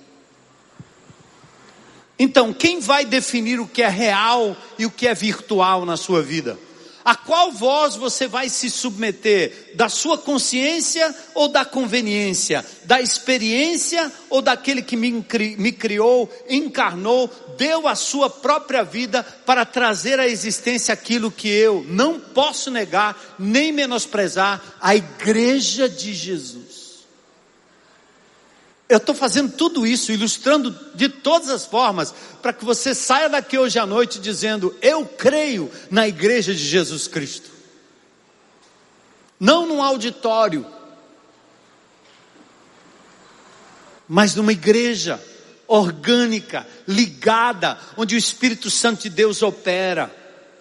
Então, quem vai definir o que é real e o que é virtual na sua vida? A qual voz você vai se submeter? Da sua consciência ou da conveniência? Da experiência ou daquele que me criou, encarnou, deu a sua própria vida para trazer à existência aquilo que eu não posso negar, nem menosprezar, a igreja de Jesus. Eu estou fazendo tudo isso, ilustrando de todas as formas, para que você saia daqui hoje à noite dizendo: eu creio na igreja de Jesus Cristo. Não num auditório, mas numa igreja orgânica, ligada, onde o Espírito Santo de Deus opera.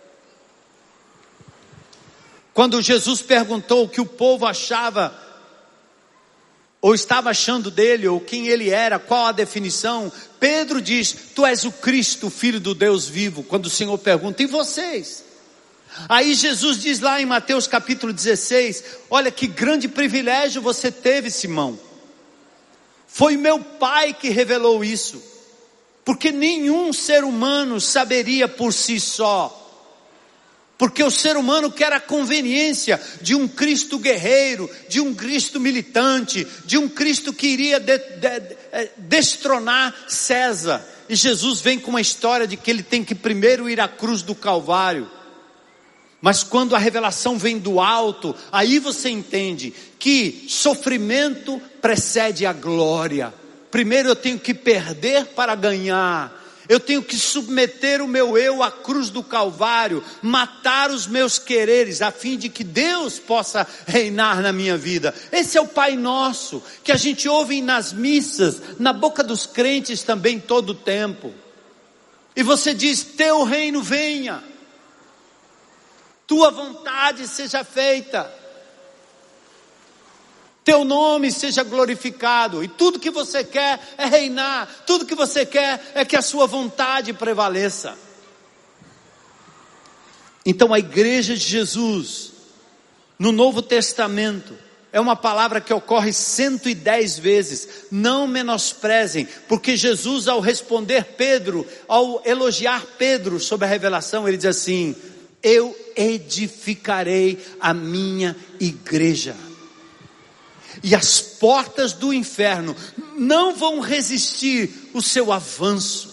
Quando Jesus perguntou o que o povo achava, ou estava achando dele, ou quem ele era, qual a definição, Pedro diz: tu és o Cristo, o Filho do Deus vivo. Quando o Senhor pergunta: e vocês? Aí Jesus diz lá em Mateus capítulo 16, olha que grande privilégio você teve, Simão. Foi meu Pai que revelou isso, porque nenhum ser humano saberia por si só. Porque o ser humano quer a conveniência de um Cristo guerreiro, de um Cristo militante, de um Cristo que iria destronar César. E Jesus vem com uma história de que ele tem que primeiro ir à cruz do Calvário. Mas quando a revelação vem do alto, aí você entende que sofrimento precede a glória. Primeiro eu tenho que perder para ganhar. Eu tenho que submeter o meu eu à cruz do Calvário, matar os meus quereres, a fim de que Deus possa reinar na minha vida. Esse é o Pai Nosso, que a gente ouve nas missas, na boca dos crentes também todo o tempo. E você diz: teu reino venha, tua vontade seja feita, teu nome seja glorificado. E tudo que você quer é reinar, tudo que você quer é que a sua vontade prevaleça. Então a igreja de Jesus no Novo Testamento é uma palavra que ocorre 110 vezes. Não menosprezem, porque Jesus, ao responder Pedro, ao elogiar Pedro sobre a revelação, ele diz assim: eu edificarei a minha igreja, e as portas do inferno não vão resistir o seu avanço.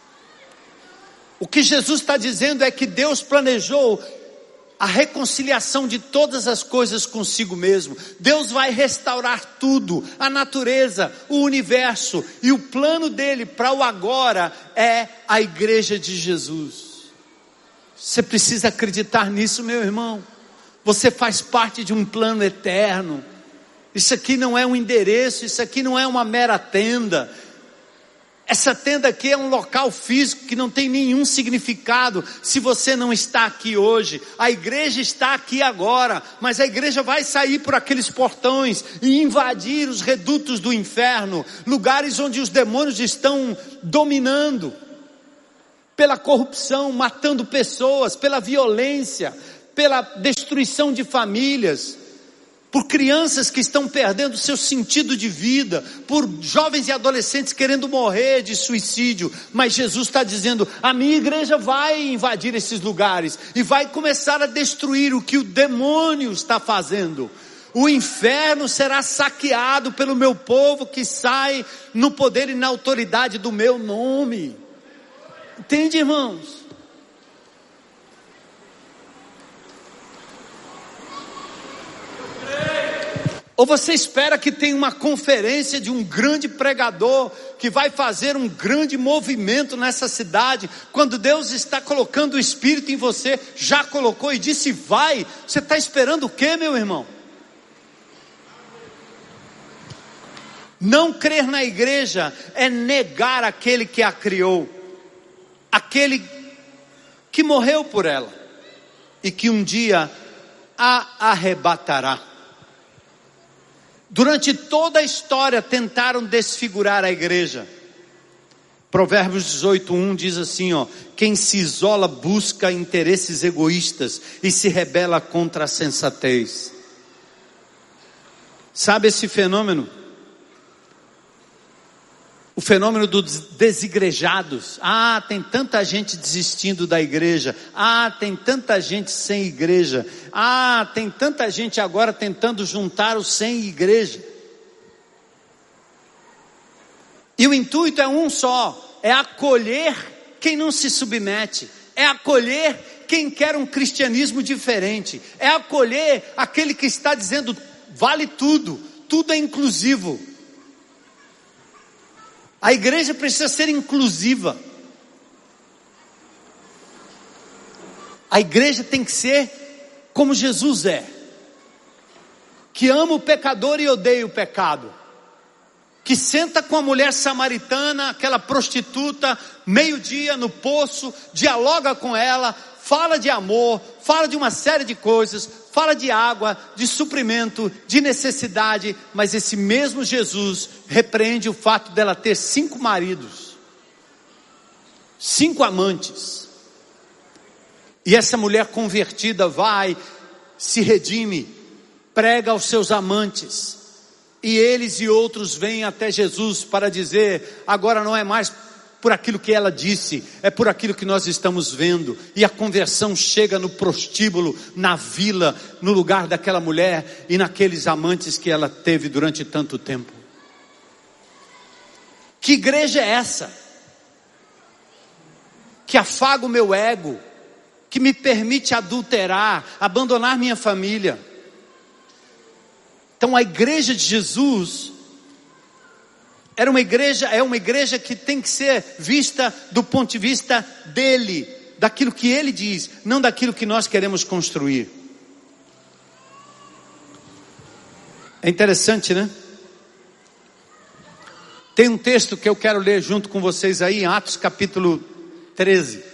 O que Jesus está dizendo é que Deus planejou a reconciliação de todas as coisas consigo mesmo. Deus vai restaurar tudo, a natureza, o universo, e o plano dele para o agora é a igreja de Jesus. Você precisa acreditar nisso, meu irmão. Você faz parte de um plano eterno. Isso aqui não é um endereço, isso aqui não é uma mera tenda. Essa tenda aqui é um local físico que não tem nenhum significado se você não está aqui hoje. A igreja está aqui agora, mas a igreja vai sair por aqueles portões e invadir os redutos do inferno, lugares onde os demônios estão dominando, pela corrupção, matando pessoas, pela violência, pela destruição de famílias, por crianças que estão perdendo seu sentido de vida, por jovens e adolescentes querendo morrer de suicídio. Mas Jesus está dizendo: a minha igreja vai invadir esses lugares e vai começar a destruir o que o demônio está fazendo. O inferno será saqueado pelo meu povo que sai no poder e na autoridade do meu nome. Entende, irmãos? Ou você espera que tenha uma conferência de um grande pregador que vai fazer um grande movimento nessa cidade, quando Deus está colocando o Espírito em você, já colocou e disse vai? Você está esperando o quê, meu irmão? Não crer na igreja é negar aquele que a criou, aquele que morreu por ela e que um dia a arrebatará. Durante toda a história tentaram desfigurar a igreja. Provérbios 18:1 diz assim, quem se isola busca interesses egoístas e se rebela contra a sensatez. Sabe esse fenômeno? O fenômeno dos desigrejados. Tem tanta gente desistindo da igreja. Tem tanta gente sem igreja. Tem tanta gente agora tentando juntar os sem igreja. E o intuito é um só: é acolher quem não se submete, é acolher quem quer um cristianismo diferente, é acolher aquele que está dizendo vale tudo, tudo é inclusivo. A igreja precisa ser inclusiva. A igreja tem que ser como Jesus é, que ama o pecador e odeia o pecado, que senta com a mulher samaritana, aquela prostituta, meio-dia no poço, dialoga com ela, fala de amor, fala de uma série de coisas, fala de água, de suprimento, de necessidade, mas esse mesmo Jesus repreende o fato dela ter 5 maridos, 5 amantes. E essa mulher convertida vai, se redime, prega aos seus amantes, e eles e outros vêm até Jesus para dizer: agora não é mais por aquilo que ela disse, é por aquilo que nós estamos vendo. E a conversão chega no prostíbulo, na vila, no lugar daquela mulher e naqueles amantes que ela teve durante tanto tempo. Que igreja é essa? Que afaga o meu ego, que me permite adulterar, abandonar minha família. Então a igreja de Jesus é uma igreja que tem que ser vista do ponto de vista dele, daquilo que ele diz, não daquilo que nós queremos construir. É interessante, né? Tem um texto que eu quero ler junto com vocês aí, em Atos capítulo 13.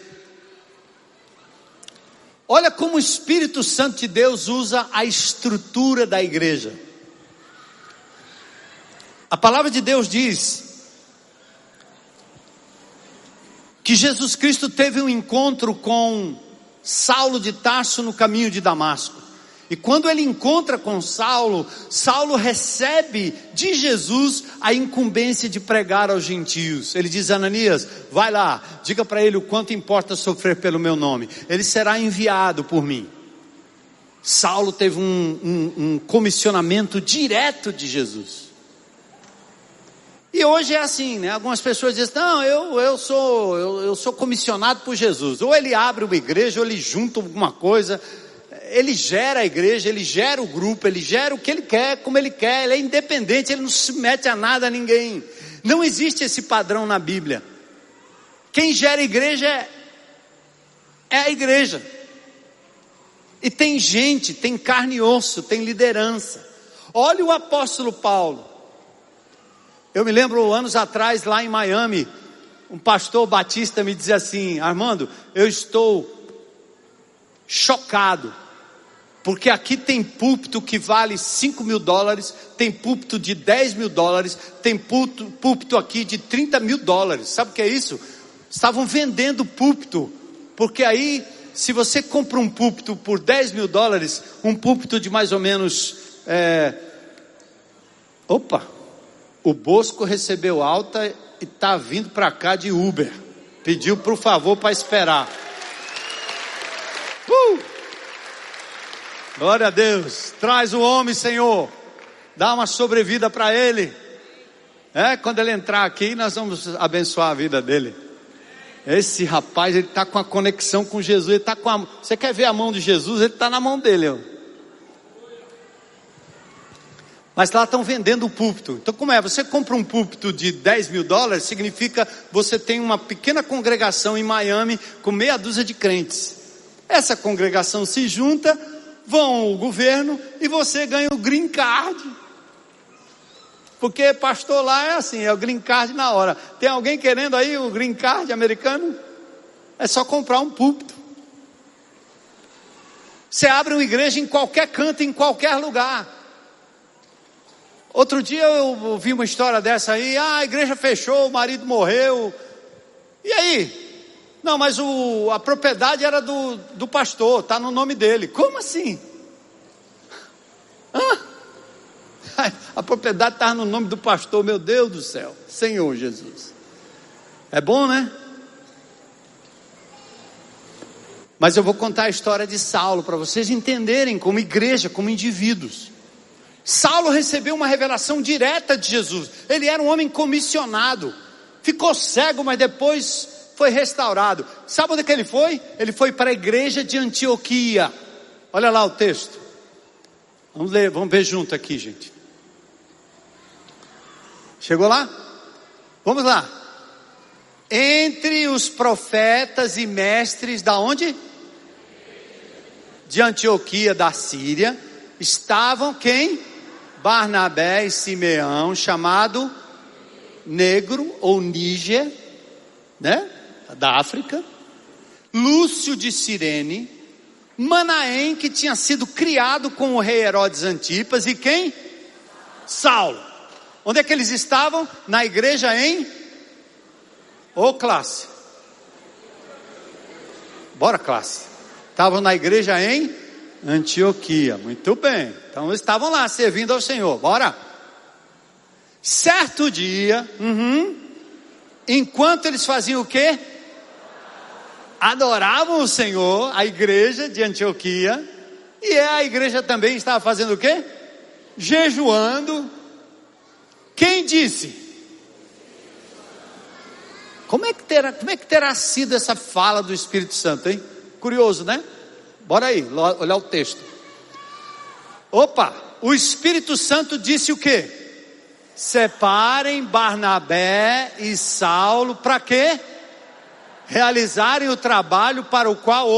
Olha como o Espírito Santo de Deus usa a estrutura da igreja. A palavra de Deus diz que Jesus Cristo teve um encontro com Saulo de Tarso no caminho de Damasco. E quando ele encontra com Saulo, Saulo recebe de Jesus a incumbência de pregar aos gentios. Ele diz: Ananias, vai lá, diga para ele o quanto importa sofrer pelo meu nome. Ele será enviado por mim. Saulo teve um comissionamento direto de Jesus. E hoje é assim, né? Algumas pessoas dizem: não, eu sou comissionado por Jesus. Ou ele abre uma igreja, ou ele junta alguma coisa. Ele gera a igreja, ele gera o grupo, ele gera o que ele quer, como ele quer. Ele é independente, ele não se mete a nada, a ninguém. Não existe esse padrão na Bíblia. Quem gera a igreja é a igreja. E tem gente, tem carne e osso, tem liderança. Olha o apóstolo Paulo. Eu me lembro anos atrás, lá em Miami, um pastor batista me dizia assim: Armando, eu estou chocado, porque aqui tem púlpito que vale $5 mil, tem púlpito de $10 mil, tem púlpito aqui de $30 mil. Sabe o que é isso? Estavam vendendo púlpito, porque aí, se você compra um púlpito por $10 mil, um púlpito de mais ou menos, o Bosco recebeu alta e está vindo para cá de Uber, pediu por favor para esperar. Glória a Deus. Traz o homem, Senhor, dá uma sobrevida para ele. Quando ele entrar aqui, nós vamos abençoar a vida dele. Esse rapaz, ele está com a conexão com Jesus. Ele tá com você quer ver a mão de Jesus? Ele está na mão dele, ó. Mas lá estão vendendo o púlpito. Então como é? Você compra um púlpito de $10 mil, significa você tem uma pequena congregação em Miami com meia dúzia de crentes. Essa congregação se junta, vão ao governo e você ganha o green card. Porque pastor lá é assim, é o green card na hora. Tem alguém querendo aí o green card americano? É só comprar um púlpito. Você abre uma igreja em qualquer canto, em qualquer lugar. Outro dia eu ouvi uma história dessa aí: a igreja fechou, o marido morreu. E aí? Não, mas a propriedade era do pastor, está no nome dele. Como assim? A propriedade estava no nome do pastor. Meu Deus do céu, Senhor Jesus. É bom, né? Mas eu vou contar a história de Saulo para vocês entenderem como igreja, como indivíduos. Saulo recebeu uma revelação direta de Jesus. Ele era um homem comissionado, ficou cego, mas depois foi restaurado. Sabe onde que ele foi? Ele foi para a igreja de Antioquia. Olha lá o texto. Vamos ler, vamos ver junto aqui, gente. Chegou lá? Vamos lá. Entre os profetas e mestres da onde? De Antioquia da Síria, estavam quem? Barnabé e Simeão, chamado Negro ou Níger, né? Da África. Lúcio de Cirene, Manaém, que tinha sido criado com o rei Herodes Antipas, e quem? Saulo. Onde é que eles estavam? Na igreja em? Ô classe. Bora classe. Estavam na igreja em Antioquia. Muito bem. Então eles estavam lá servindo ao Senhor. Bora. Certo dia, enquanto eles faziam o quê? Adoravam o Senhor, a igreja de Antioquia, e a igreja também estava fazendo o quê? Jejuando. Quem disse? Como é que terá sido essa fala do Espírito Santo, hein? Curioso, né? Bora aí, olhar o texto. Opa, o Espírito Santo disse o quê? Separem Barnabé e Saulo para quê? Realizarem o trabalho para o qual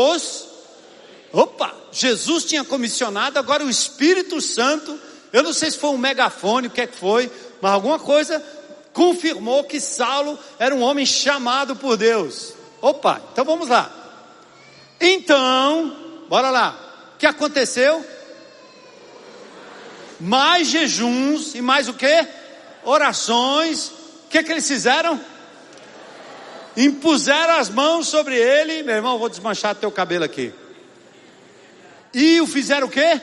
Jesus tinha comissionado. Agora o Espírito Santo, eu não sei se foi um megafone, o que é que foi, mas alguma coisa confirmou que Saulo era um homem chamado por Deus. Então vamos lá. Então, bora lá. O que aconteceu? Mais jejuns e mais o quê? Orações. O que eles fizeram? Impuseram as mãos sobre ele. Meu irmão, vou desmanchar teu cabelo aqui. E o fizeram o quê?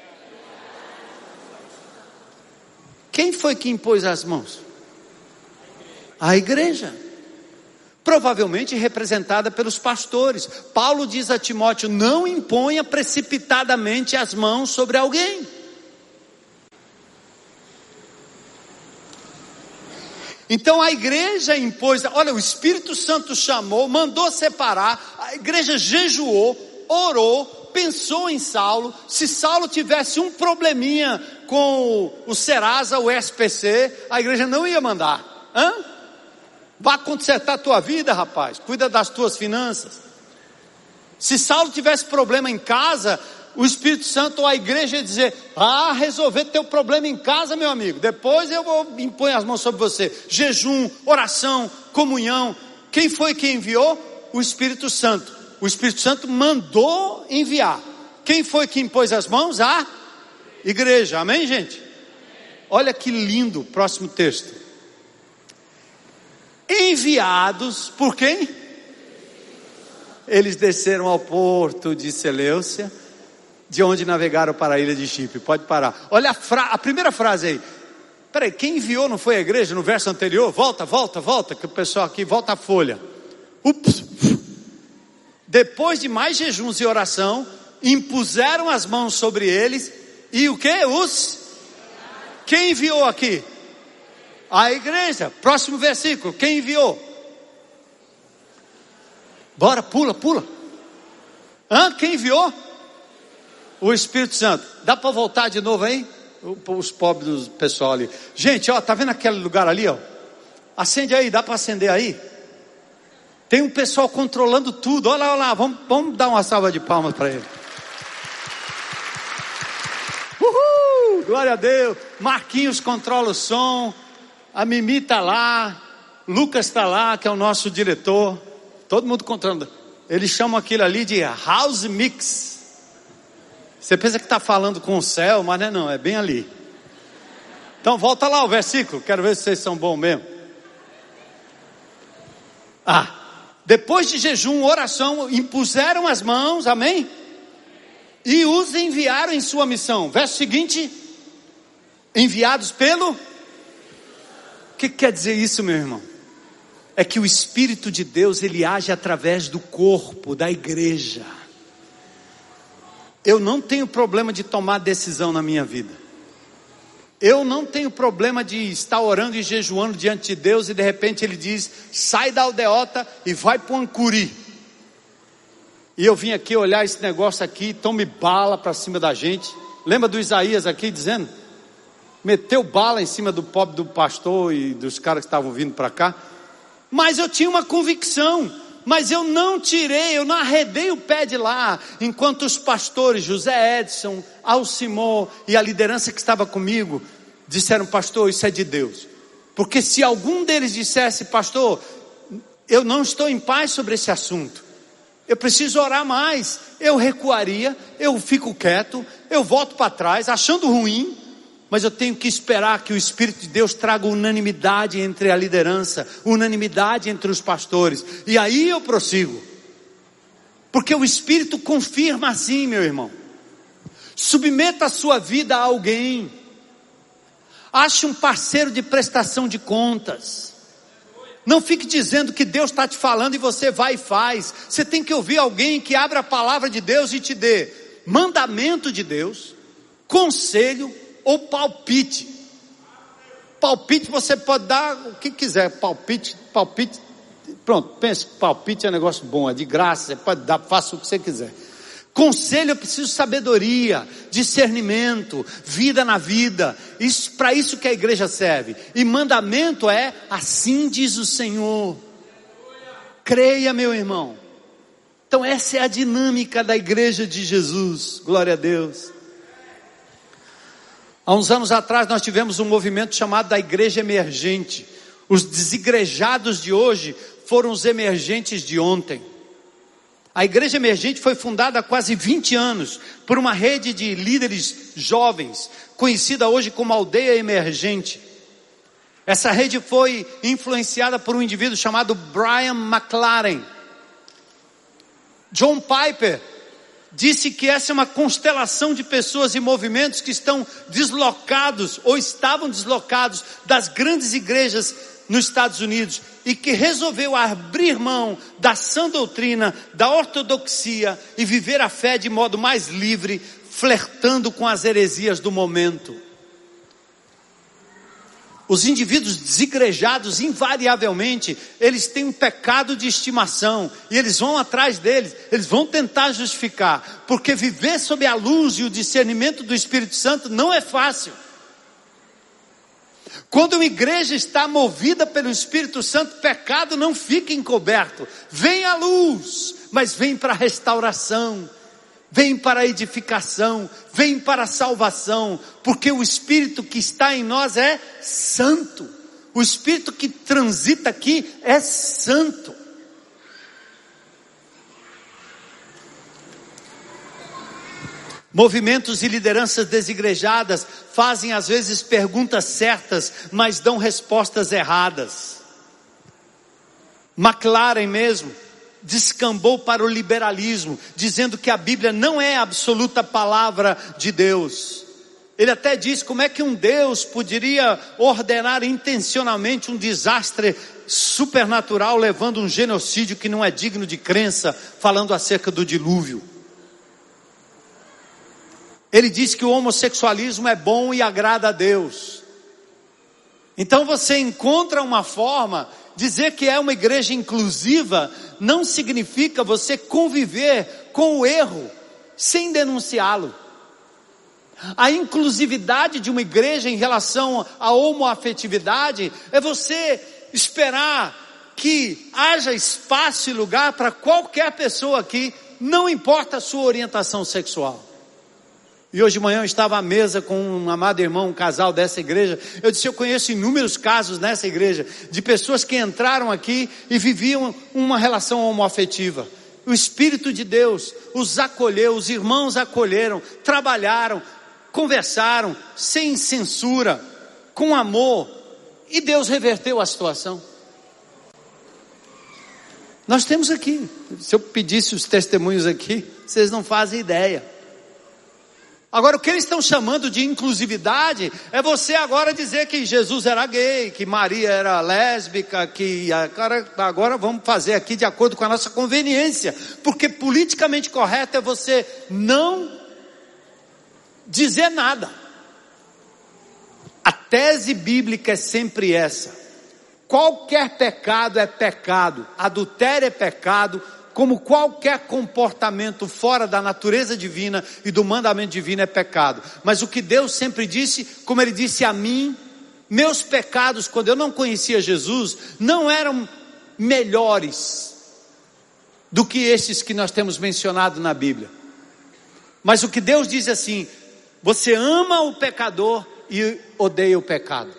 Quem foi que impôs as mãos? A igreja. Provavelmente representada pelos pastores. Paulo diz a Timóteo: não imponha precipitadamente as mãos sobre alguém. Então a igreja impôs, olha, o Espírito Santo chamou, mandou separar, a igreja jejuou, orou, pensou em Saulo. Se Saulo tivesse um probleminha com o Serasa, o SPC, a igreja não ia mandar. Vá consertar a tua vida, rapaz, cuida das tuas finanças. Se Saulo tivesse problema em casa, o Espírito Santo ou a igreja ia dizer: resolver teu problema em casa, meu amigo, depois eu vou impor as mãos sobre você. Jejum, oração, comunhão. Quem foi que enviou? O Espírito Santo. O Espírito Santo mandou enviar. Quem foi que impôs as mãos? A igreja. Amém, gente? Olha que lindo, próximo texto. Enviados por quem? Eles desceram ao porto de Seleucia, de onde navegaram para a ilha de Chipre. Pode parar. Olha a primeira frase aí. Peraí, quem enviou não foi a igreja no verso anterior? Volta, que o pessoal aqui, volta a folha. Depois de mais jejuns e oração, impuseram as mãos sobre eles, e o que? Quem enviou aqui? A igreja. Próximo versículo, quem enviou? Bora, pula. Quem enviou? O Espírito Santo. Dá para voltar de novo aí? Os pobres do pessoal ali. Gente, tá vendo aquele lugar ali, Acende aí, dá para acender aí? Tem um pessoal controlando tudo. Olha lá, vamos dar uma salva de palmas para ele. Uhul, glória a Deus. Marquinhos controla o som. A Mimi está lá. Lucas está lá, que é o nosso diretor. Todo mundo controlando. Eles chamam aquilo ali de house mix. Você pensa que está falando com o céu, mas não é bem ali. Então volta lá o versículo, quero ver se vocês são bons mesmo. Depois de jejum, oração, impuseram as mãos, amém? E os enviaram em sua missão. Verso seguinte: enviados pelo... O que quer dizer isso, meu irmão? É que o Espírito de Deus, ele age através do corpo, da igreja. Eu não tenho problema de tomar decisão na minha vida. Eu não tenho problema de estar orando e jejuando diante de Deus e de repente Ele diz: sai da aldeota e vai para o Ancuri. E eu vim aqui olhar esse negócio aqui, tome bala para cima da gente. Lembra do Isaías aqui dizendo? meteu bala em cima do pobre do pastor e dos caras que estavam vindo para cá. Mas eu tinha uma convicção, mas eu não arredei o pé de lá, enquanto os pastores, José Edson, Alcimor e a liderança que estava comigo, disseram: pastor, isso é de Deus. Porque se algum deles dissesse: pastor, eu não estou em paz sobre esse assunto, eu preciso orar mais, eu recuaria, eu fico quieto, eu volto para trás, achando ruim, mas eu tenho que esperar que o Espírito de Deus traga unanimidade entre a liderança, unanimidade entre os pastores, e aí eu prossigo, porque o Espírito confirma assim, meu irmão. Submeta a sua vida a alguém, ache um parceiro de prestação de contas. Não fique dizendo que Deus está te falando e você vai e faz. Você tem que ouvir alguém que abra a palavra de Deus e te dê mandamento de Deus, conselho ou palpite. Palpite você pode dar o que quiser. Palpite, pronto, pense, palpite é um negócio bom, é de graça, você pode dar, faça o que você quiser. Conselho, eu preciso de sabedoria, discernimento, vida na vida. Isso, para isso que a igreja serve. E mandamento é: assim diz o Senhor. Creia, meu irmão. Então essa é a dinâmica da igreja de Jesus. Glória a Deus. Há uns anos atrás nós tivemos um movimento chamado da igreja emergente. Os desigrejados de hoje foram os emergentes de ontem. A igreja emergente foi fundada há quase 20 anos por uma rede de líderes jovens, conhecida hoje como Aldeia Emergente. Essa rede foi influenciada por um indivíduo chamado Brian McLaren. John Piper disse que essa é uma constelação de pessoas e movimentos que estão deslocados ou estavam deslocados das grandes igrejas nos Estados Unidos, e que resolveu abrir mão da sã doutrina, da ortodoxia, e viver a fé de modo mais livre, flertando com as heresias do momento. Os indivíduos desigrejados, invariavelmente, eles têm um pecado de estimação, e eles vão atrás deles, eles vão tentar justificar, porque viver sob a luz e o discernimento do Espírito Santo não é fácil. Quando uma igreja está movida pelo Espírito Santo, pecado não fica encoberto. Vem a luz, mas vem para a restauração, vem para a edificação, vem para a salvação, porque o Espírito que está em nós é santo. O Espírito que transita aqui é santo. Movimentos e lideranças desigrejadas fazem às vezes perguntas certas, mas dão respostas erradas. McLaren mesmo descambou para o liberalismo, dizendo que a Bíblia não é a absoluta palavra de Deus. Ele até diz: como é que um Deus poderia ordenar intencionalmente um desastre supernatural, levando um genocídio que não é digno de crença, falando acerca do dilúvio. Ele diz que o homossexualismo é bom e agrada a Deus. Então você encontra uma forma. Dizer que é uma igreja inclusiva não significa você conviver com o erro sem denunciá-lo. A inclusividade de uma igreja em relação à homoafetividade é você esperar que haja espaço e lugar para qualquer pessoa aqui, não importa a sua orientação sexual. E hoje de manhã eu estava à mesa com um amado irmão, um casal dessa igreja. Eu disse: eu conheço inúmeros casos nessa igreja, de pessoas que entraram aqui e viviam uma relação homoafetiva. O Espírito de Deus os acolheu, os irmãos acolheram, trabalharam, conversaram, sem censura, com amor, e Deus reverteu a situação. Nós temos aqui, se eu pedisse os testemunhos aqui, vocês não fazem ideia. Agora, o que eles estão chamando de inclusividade é você agora dizer que Jesus era gay, que Maria era lésbica, que agora vamos fazer aqui de acordo com a nossa conveniência, porque politicamente correto é você não dizer nada. A tese bíblica é sempre essa: qualquer pecado é pecado, adultério é pecado, como qualquer comportamento fora da natureza divina e do mandamento divino é pecado. Mas o que Deus sempre disse, como Ele disse a mim, meus pecados, quando eu não conhecia Jesus, não eram melhores do que esses que nós temos mencionado na Bíblia. Mas o que Deus diz assim: você ama o pecador e odeia o pecado.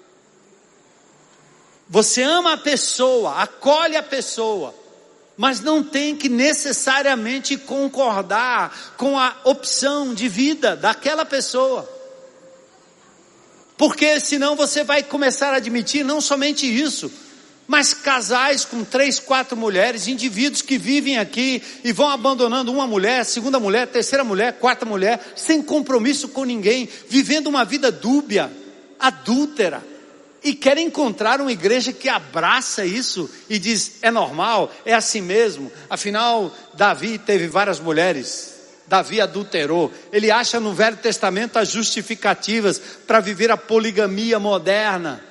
Você ama a pessoa, acolhe a pessoa, mas não tem que necessariamente concordar com a opção de vida daquela pessoa. Porque senão você vai começar a admitir não somente isso, mas casais com 3, 4 mulheres, indivíduos que vivem aqui e vão abandonando uma mulher, segunda mulher, terceira mulher, quarta mulher, sem compromisso com ninguém, vivendo uma vida dúbia, adúltera. E querem encontrar uma igreja que abraça isso e diz, é normal, é assim mesmo. Afinal, Davi teve várias mulheres, Davi adulterou. Ele acha no Velho Testamento as justificativas para viver a poligamia moderna.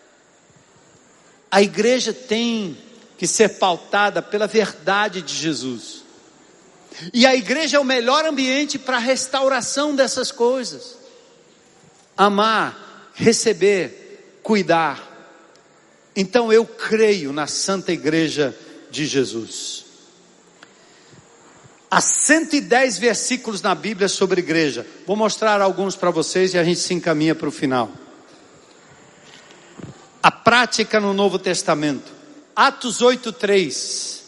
A igreja tem que ser pautada pela verdade de Jesus. E a igreja é o melhor ambiente para a restauração dessas coisas. Amar, receber, cuidar. Então eu creio na Santa Igreja de Jesus. Há 110 versículos na Bíblia sobre igreja. Vou mostrar alguns para vocês e a gente se encaminha para o final. A prática no Novo Testamento. Atos 8:3.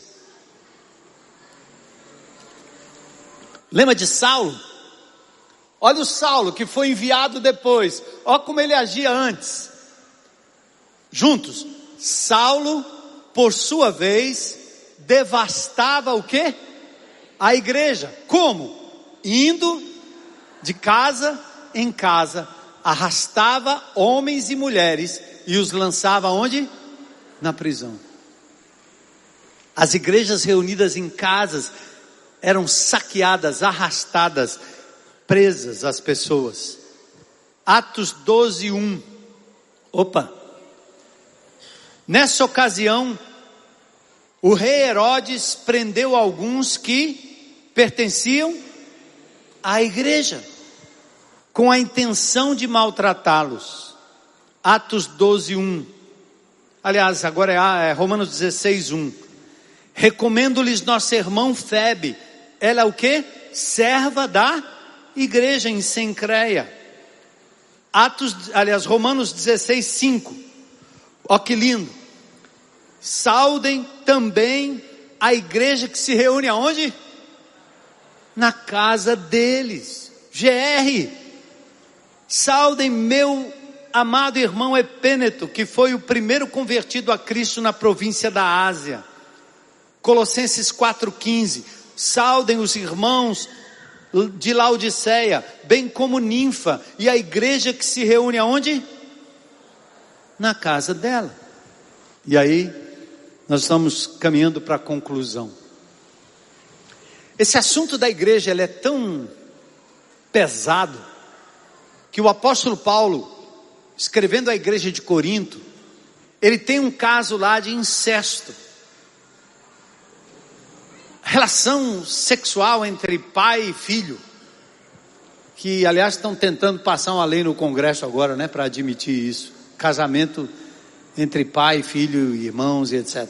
Lembra de Saulo? Olha o Saulo que foi enviado depois. Olha como ele agia antes. Juntos, Saulo, por sua vez, devastava o quê? A igreja. Como? Indo de casa em casa, arrastava homens e mulheres e os lançava onde? Na prisão. As igrejas reunidas em casas eram saqueadas, arrastadas, presas as pessoas. Atos 12:1. Opa! Nessa ocasião, o rei Herodes prendeu alguns que pertenciam à igreja, com a intenção de maltratá-los. Atos 12:1. Aliás, agora é Romanos 16:1. Recomendo-lhes nossa irmã Febe. Ela é o quê? Serva da igreja em Cencreia. Romanos 16:5. Ó que lindo. Saudem também a igreja que se reúne aonde? Na casa deles. GR. Saudem meu amado irmão Epêneto, que foi o primeiro convertido a Cristo na província da Ásia. Colossenses 4:15. Saudem os irmãos de Laodiceia, bem como Ninfa, e a igreja que se reúne aonde? Na casa dela. E aí nós estamos caminhando para a conclusão. Esse assunto da igreja, ele é tão pesado que o apóstolo Paulo, escrevendo à igreja de Corinto, ele tem um caso lá de incesto, relação sexual entre pai e filho, que aliás estão tentando passar uma lei no Congresso agora, né, para admitir isso. Casamento entre pai, filho, irmãos e etc.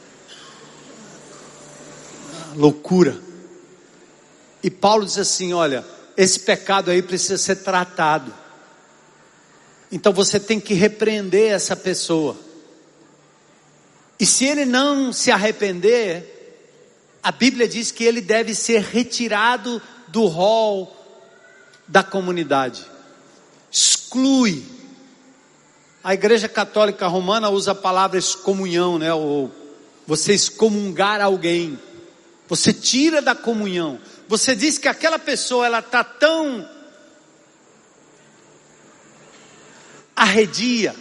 Loucura. E Paulo diz assim, olha, esse pecado aí precisa ser tratado. Então você tem que repreender essa pessoa. E se ele não se arrepender, a Bíblia diz que ele deve ser retirado do rol da comunidade. Exclui. A Igreja Católica Romana usa a palavra excomunhão, né? Ou você excomungar alguém. Você tira da comunhão. Você diz que aquela pessoa, ela está tão arredia,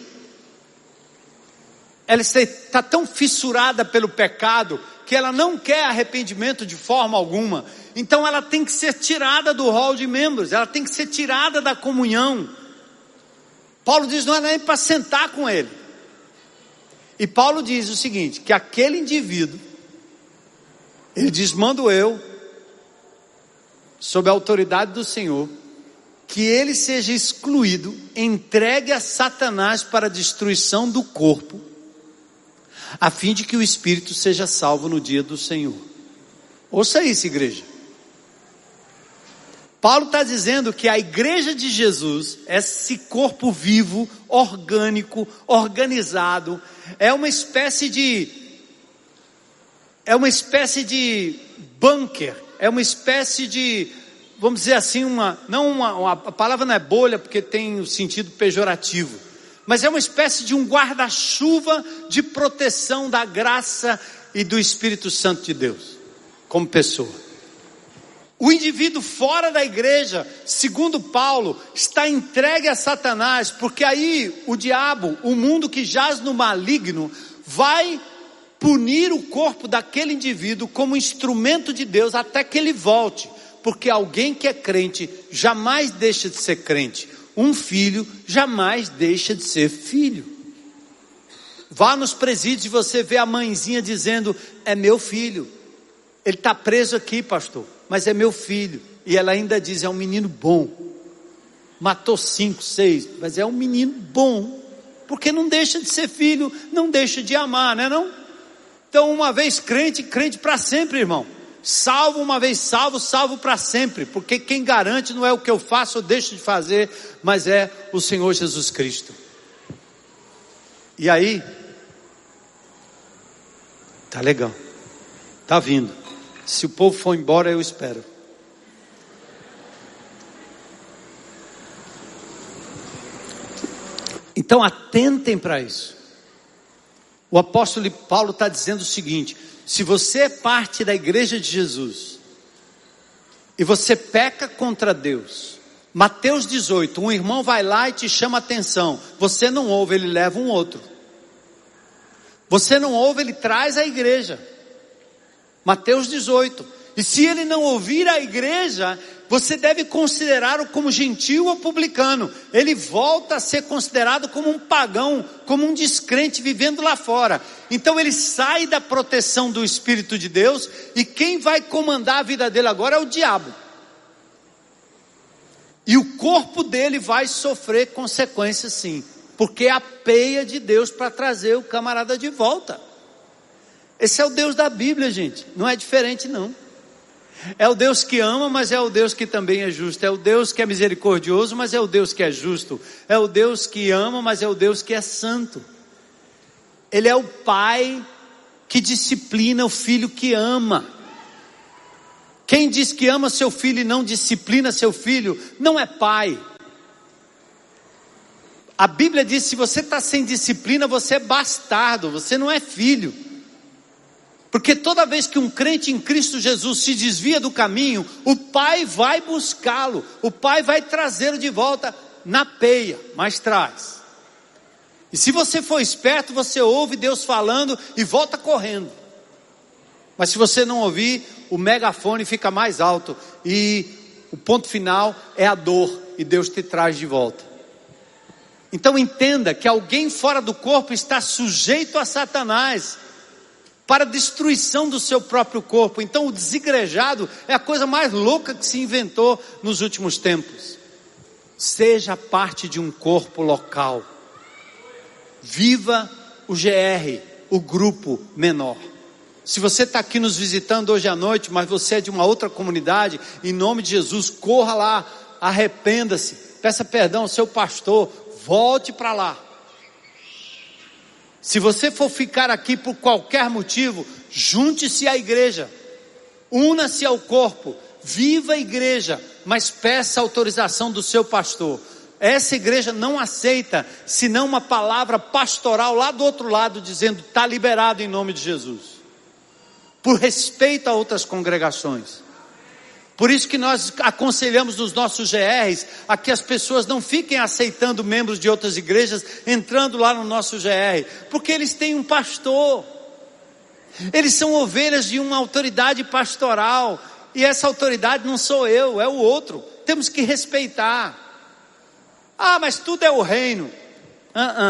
ela está tão fissurada pelo pecado, que ela não quer arrependimento de forma alguma. Então ela tem que ser tirada do rol de membros, ela tem que ser tirada da comunhão. Paulo diz, não é nem para sentar com ele. E Paulo diz o seguinte, que aquele indivíduo, Ele diz: mando eu, sob a autoridade do Senhor, que ele seja excluído, entregue a Satanás para a destruição do corpo, a fim de que o espírito seja salvo no dia do Senhor. Ouça isso, igreja. Paulo está dizendo que a igreja de Jesus, esse corpo vivo, orgânico, organizado, é uma espécie de bunker, é uma espécie de, vamos dizer assim, a palavra não é bolha porque tem o sentido pejorativo, mas é uma espécie de um guarda-chuva de proteção da graça e do Espírito Santo de Deus, como pessoa. O indivíduo fora da igreja, segundo Paulo, está entregue a Satanás, porque aí o diabo, o mundo que jaz no maligno, vai punir o corpo daquele indivíduo como instrumento de Deus até que ele volte, porque alguém que é crente jamais deixa de ser crente, um filho jamais deixa de ser filho. Vá nos presídios e você vê a mãezinha dizendo: é meu filho, ele está preso aqui, pastor, mas é meu filho. E ela ainda diz: é um menino bom, matou 5, 6, mas é um menino bom, porque não deixa de ser filho, não deixa de amar, não é não? Então, uma vez crente, crente para sempre, irmão. Salvo uma vez salvo, salvo para sempre, porque quem garante não é o que eu faço ou deixo de fazer, mas é o Senhor Jesus Cristo. E aí, tá legal, tá vindo. Se o povo for embora, eu espero. Então atentem para isso. O apóstolo Paulo está dizendo o seguinte: se você é parte da igreja de Jesus, e você peca contra Deus, Mateus 18, um irmão vai lá e te chama a atenção, você não ouve, ele leva um outro. Você não ouve, ele traz a igreja. Mateus 18, e se ele não ouvir a igreja, você deve considerá-lo como gentil ou publicano. Ele volta a ser considerado como um pagão, como um descrente vivendo lá fora. Então ele sai da proteção do Espírito de Deus, e quem vai comandar a vida dele agora é o diabo. E o corpo dele vai sofrer consequências sim, porque é a peia de Deus para trazer o camarada de volta. Esse é o Deus da Bíblia, gente, não é diferente não. É o Deus que ama, mas é o Deus que também é justo. É o Deus que é misericordioso, mas é o Deus que é justo. É o Deus que ama, mas é o Deus que é santo. Ele é o pai que disciplina o filho que ama. Quem diz que ama seu filho e não disciplina seu filho, não é pai. A Bíblia diz: se você está sem disciplina, você é bastardo, você não é filho. Porque toda vez que um crente em Cristo Jesus se desvia do caminho, o Pai vai buscá-lo, o Pai vai trazê-lo de volta na peia, mas traz. E se você for esperto, você ouve Deus falando e volta correndo. Mas se você não ouvir, o megafone fica mais alto, e o ponto final é a dor, e Deus te traz de volta. Então entenda que alguém fora do corpo está sujeito a Satanás, para a destruição do seu próprio corpo. Então o desigrejado é a coisa mais louca que se inventou nos últimos tempos. Seja parte de um corpo local. Viva o GR, o grupo menor. Se você está aqui nos visitando hoje à noite, mas você é de uma outra comunidade, em nome de Jesus, corra lá, arrependa-se, peça perdão ao seu pastor, volte para lá. Se você for ficar aqui por qualquer motivo, junte-se à igreja, una-se ao corpo, viva a igreja, mas peça autorização do seu pastor. Essa igreja não aceita senão uma palavra pastoral lá do outro lado, dizendo: está liberado em nome de Jesus, por respeito a outras congregações. Por isso que nós aconselhamos nos nossos GRs a que as pessoas não fiquem aceitando membros de outras igrejas entrando lá no nosso GR, porque eles têm um pastor, eles são ovelhas de uma autoridade pastoral, e essa autoridade não sou eu, é o outro. Temos que respeitar. Ah, mas tudo é o reino.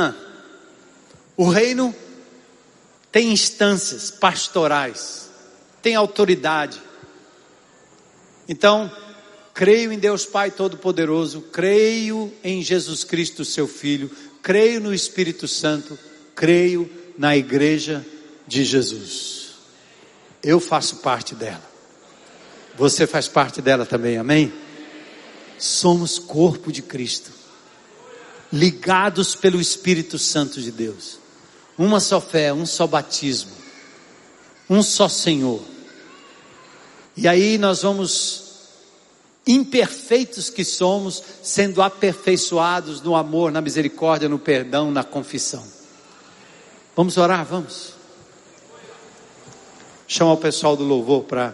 O reino tem instâncias pastorais. tem autoridade. Então, creio em Deus Pai Todo-Poderoso, creio em Jesus Cristo, seu Filho, creio no Espírito Santo, creio na Igreja de Jesus. Eu faço parte dela. Você faz parte dela também, amém? Somos corpo de Cristo, ligados pelo Espírito Santo de Deus. Uma só fé, um só batismo, um só Senhor. E aí nós vamos, imperfeitos que somos, sendo aperfeiçoados no amor, na misericórdia, no perdão, na confissão. Vamos orar, vamos. Chamar o pessoal do louvor para...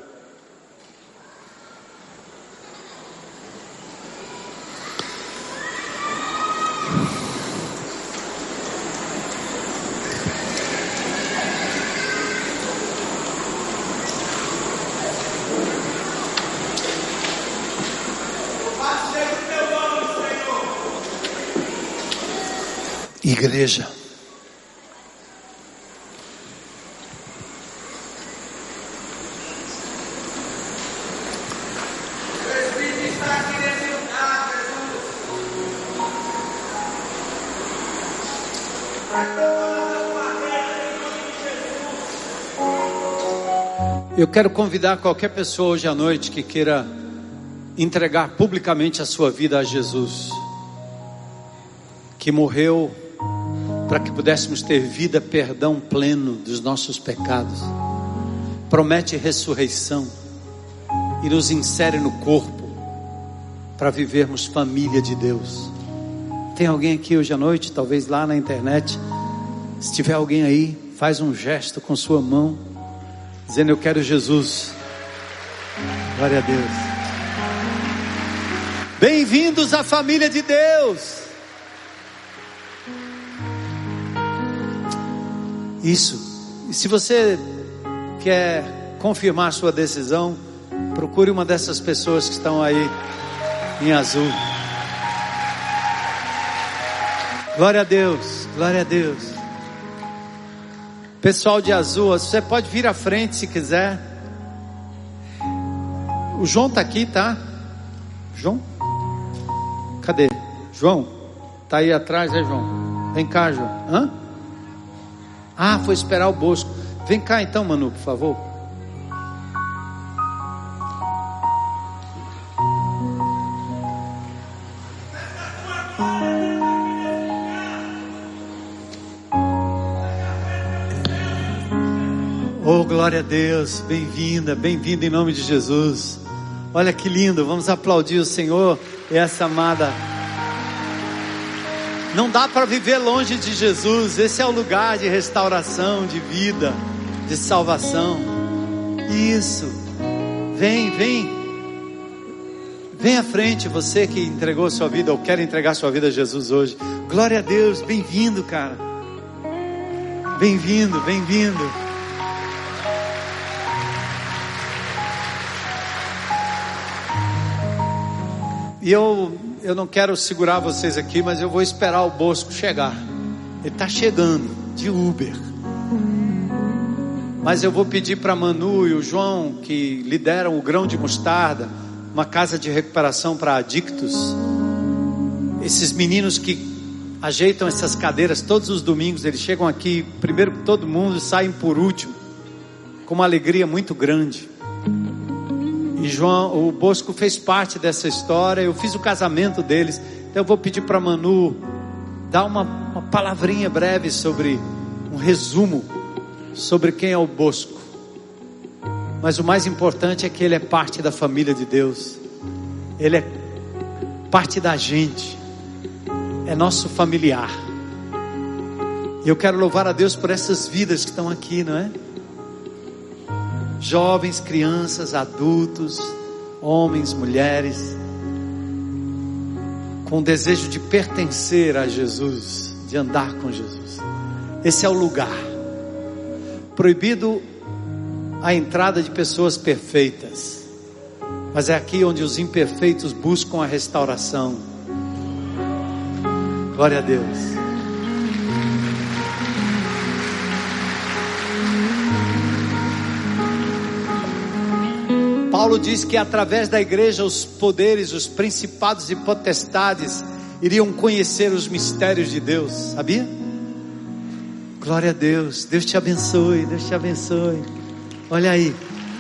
Igreja, eu quero convidar qualquer pessoa hoje à noite que queira entregar publicamente a sua vida a Jesus, que morreu para que pudéssemos ter vida, perdão pleno dos nossos pecados, promete ressurreição e nos insere no corpo para vivermos família de Deus. Tem alguém aqui hoje à noite, talvez lá na internet? Se tiver alguém aí, faz um gesto com sua mão, dizendo: eu quero Jesus. Glória a Deus. Bem-vindos à família de Deus. Isso. E se você quer confirmar sua decisão, procure uma dessas pessoas que estão aí em azul. Glória a Deus, glória a Deus. Pessoal de azul, você pode vir à frente se quiser. O João está aqui, tá? João? Cadê? João? Está aí atrás, é João? Vem cá, João. Hã? Ah, foi esperar o Bosco. Vem cá então, Manu, por favor. Oh, glória a Deus. Bem-vinda, bem-vinda em nome de Jesus. Olha que lindo, vamos aplaudir o Senhor e essa amada. Não dá para viver longe de Jesus. Esse é o lugar de restauração, de vida, de salvação. Isso. Vem à frente, você que entregou sua vida ou quer entregar sua vida a Jesus hoje. Glória a Deus, bem-vindo, cara. Bem-vindo. E eu não quero segurar vocês aqui, mas eu vou esperar o Bosco chegar. Ele está chegando de Uber. Mas eu vou pedir para Manu e o João, que lideram o Grão de Mostarda, uma casa de recuperação para adictos. Esses meninos que ajeitam essas cadeiras todos os domingos, eles chegam aqui primeiro que todo mundo e saem por último, com uma alegria muito grande. E João, o Bosco fez parte dessa história. Eu fiz o casamento deles. Então eu vou pedir para Manu dar uma palavrinha breve sobre um resumo sobre quem é o Bosco. Mas o mais importante é que ele é parte da família de Deus. Ele é parte da gente. É nosso familiar. E eu quero louvar a Deus por essas vidas que estão aqui, não é? Jovens, crianças, adultos, homens, mulheres, com o desejo de pertencer a Jesus, de andar com Jesus. Esse é o lugar. Proibido a entrada de pessoas perfeitas, mas é aqui onde os imperfeitos buscam a restauração. Glória a Deus. Paulo diz que através da igreja os poderes, os principados e potestades iriam conhecer os mistérios de Deus, sabia? Glória a Deus, Deus te abençoe, Deus te abençoe. Olha aí.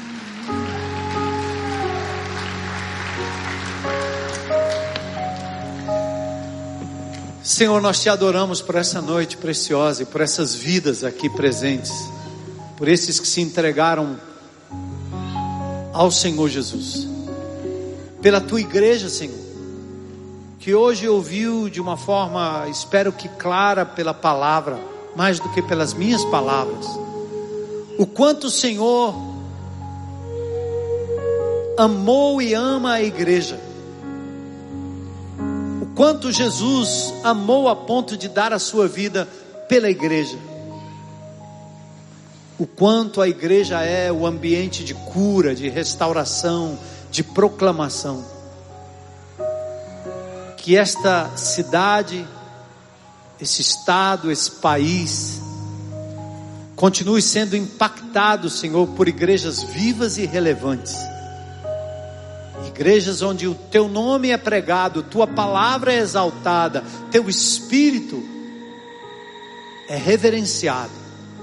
Senhor, nós te adoramos por essa noite preciosa e por essas vidas aqui presentes, por esses que se entregaram ao Senhor Jesus, pela tua igreja, Senhor, que hoje ouviu de uma forma, espero que clara pela palavra, mais do que pelas minhas palavras, o quanto o Senhor amou e ama a igreja, o quanto Jesus amou a ponto de dar a sua vida pela igreja, o quanto a igreja é o ambiente de cura, de restauração, de proclamação. Que esta cidade, esse estado, esse país, continue sendo impactado, Senhor, por igrejas vivas e relevantes. Igrejas onde o teu nome é pregado, tua palavra é exaltada, teu espírito é reverenciado.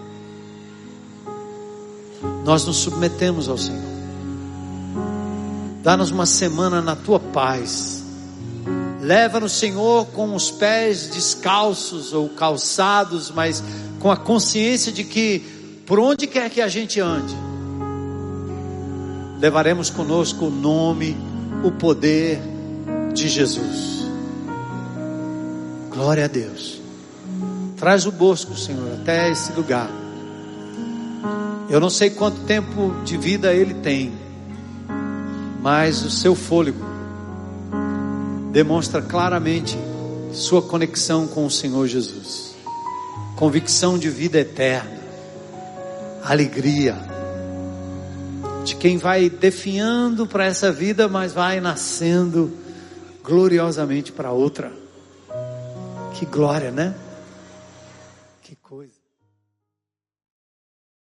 Nós nos submetemos ao Senhor. Dá-nos uma semana na tua paz. Leva-nos, Senhor, com os pés descalços ou calçados, mas com a consciência de que por onde quer que a gente ande, levaremos conosco o nome, o poder de Jesus. Glória a Deus. Traz o Bosco, Senhor, até esse lugar. Eu não sei quanto tempo de vida ele tem, mas o seu fôlego demonstra claramente sua conexão com o Senhor Jesus. Convicção de vida eterna, alegria de quem vai definhando para essa vida, mas vai nascendo gloriosamente para outra. Que glória, né? Que coisa.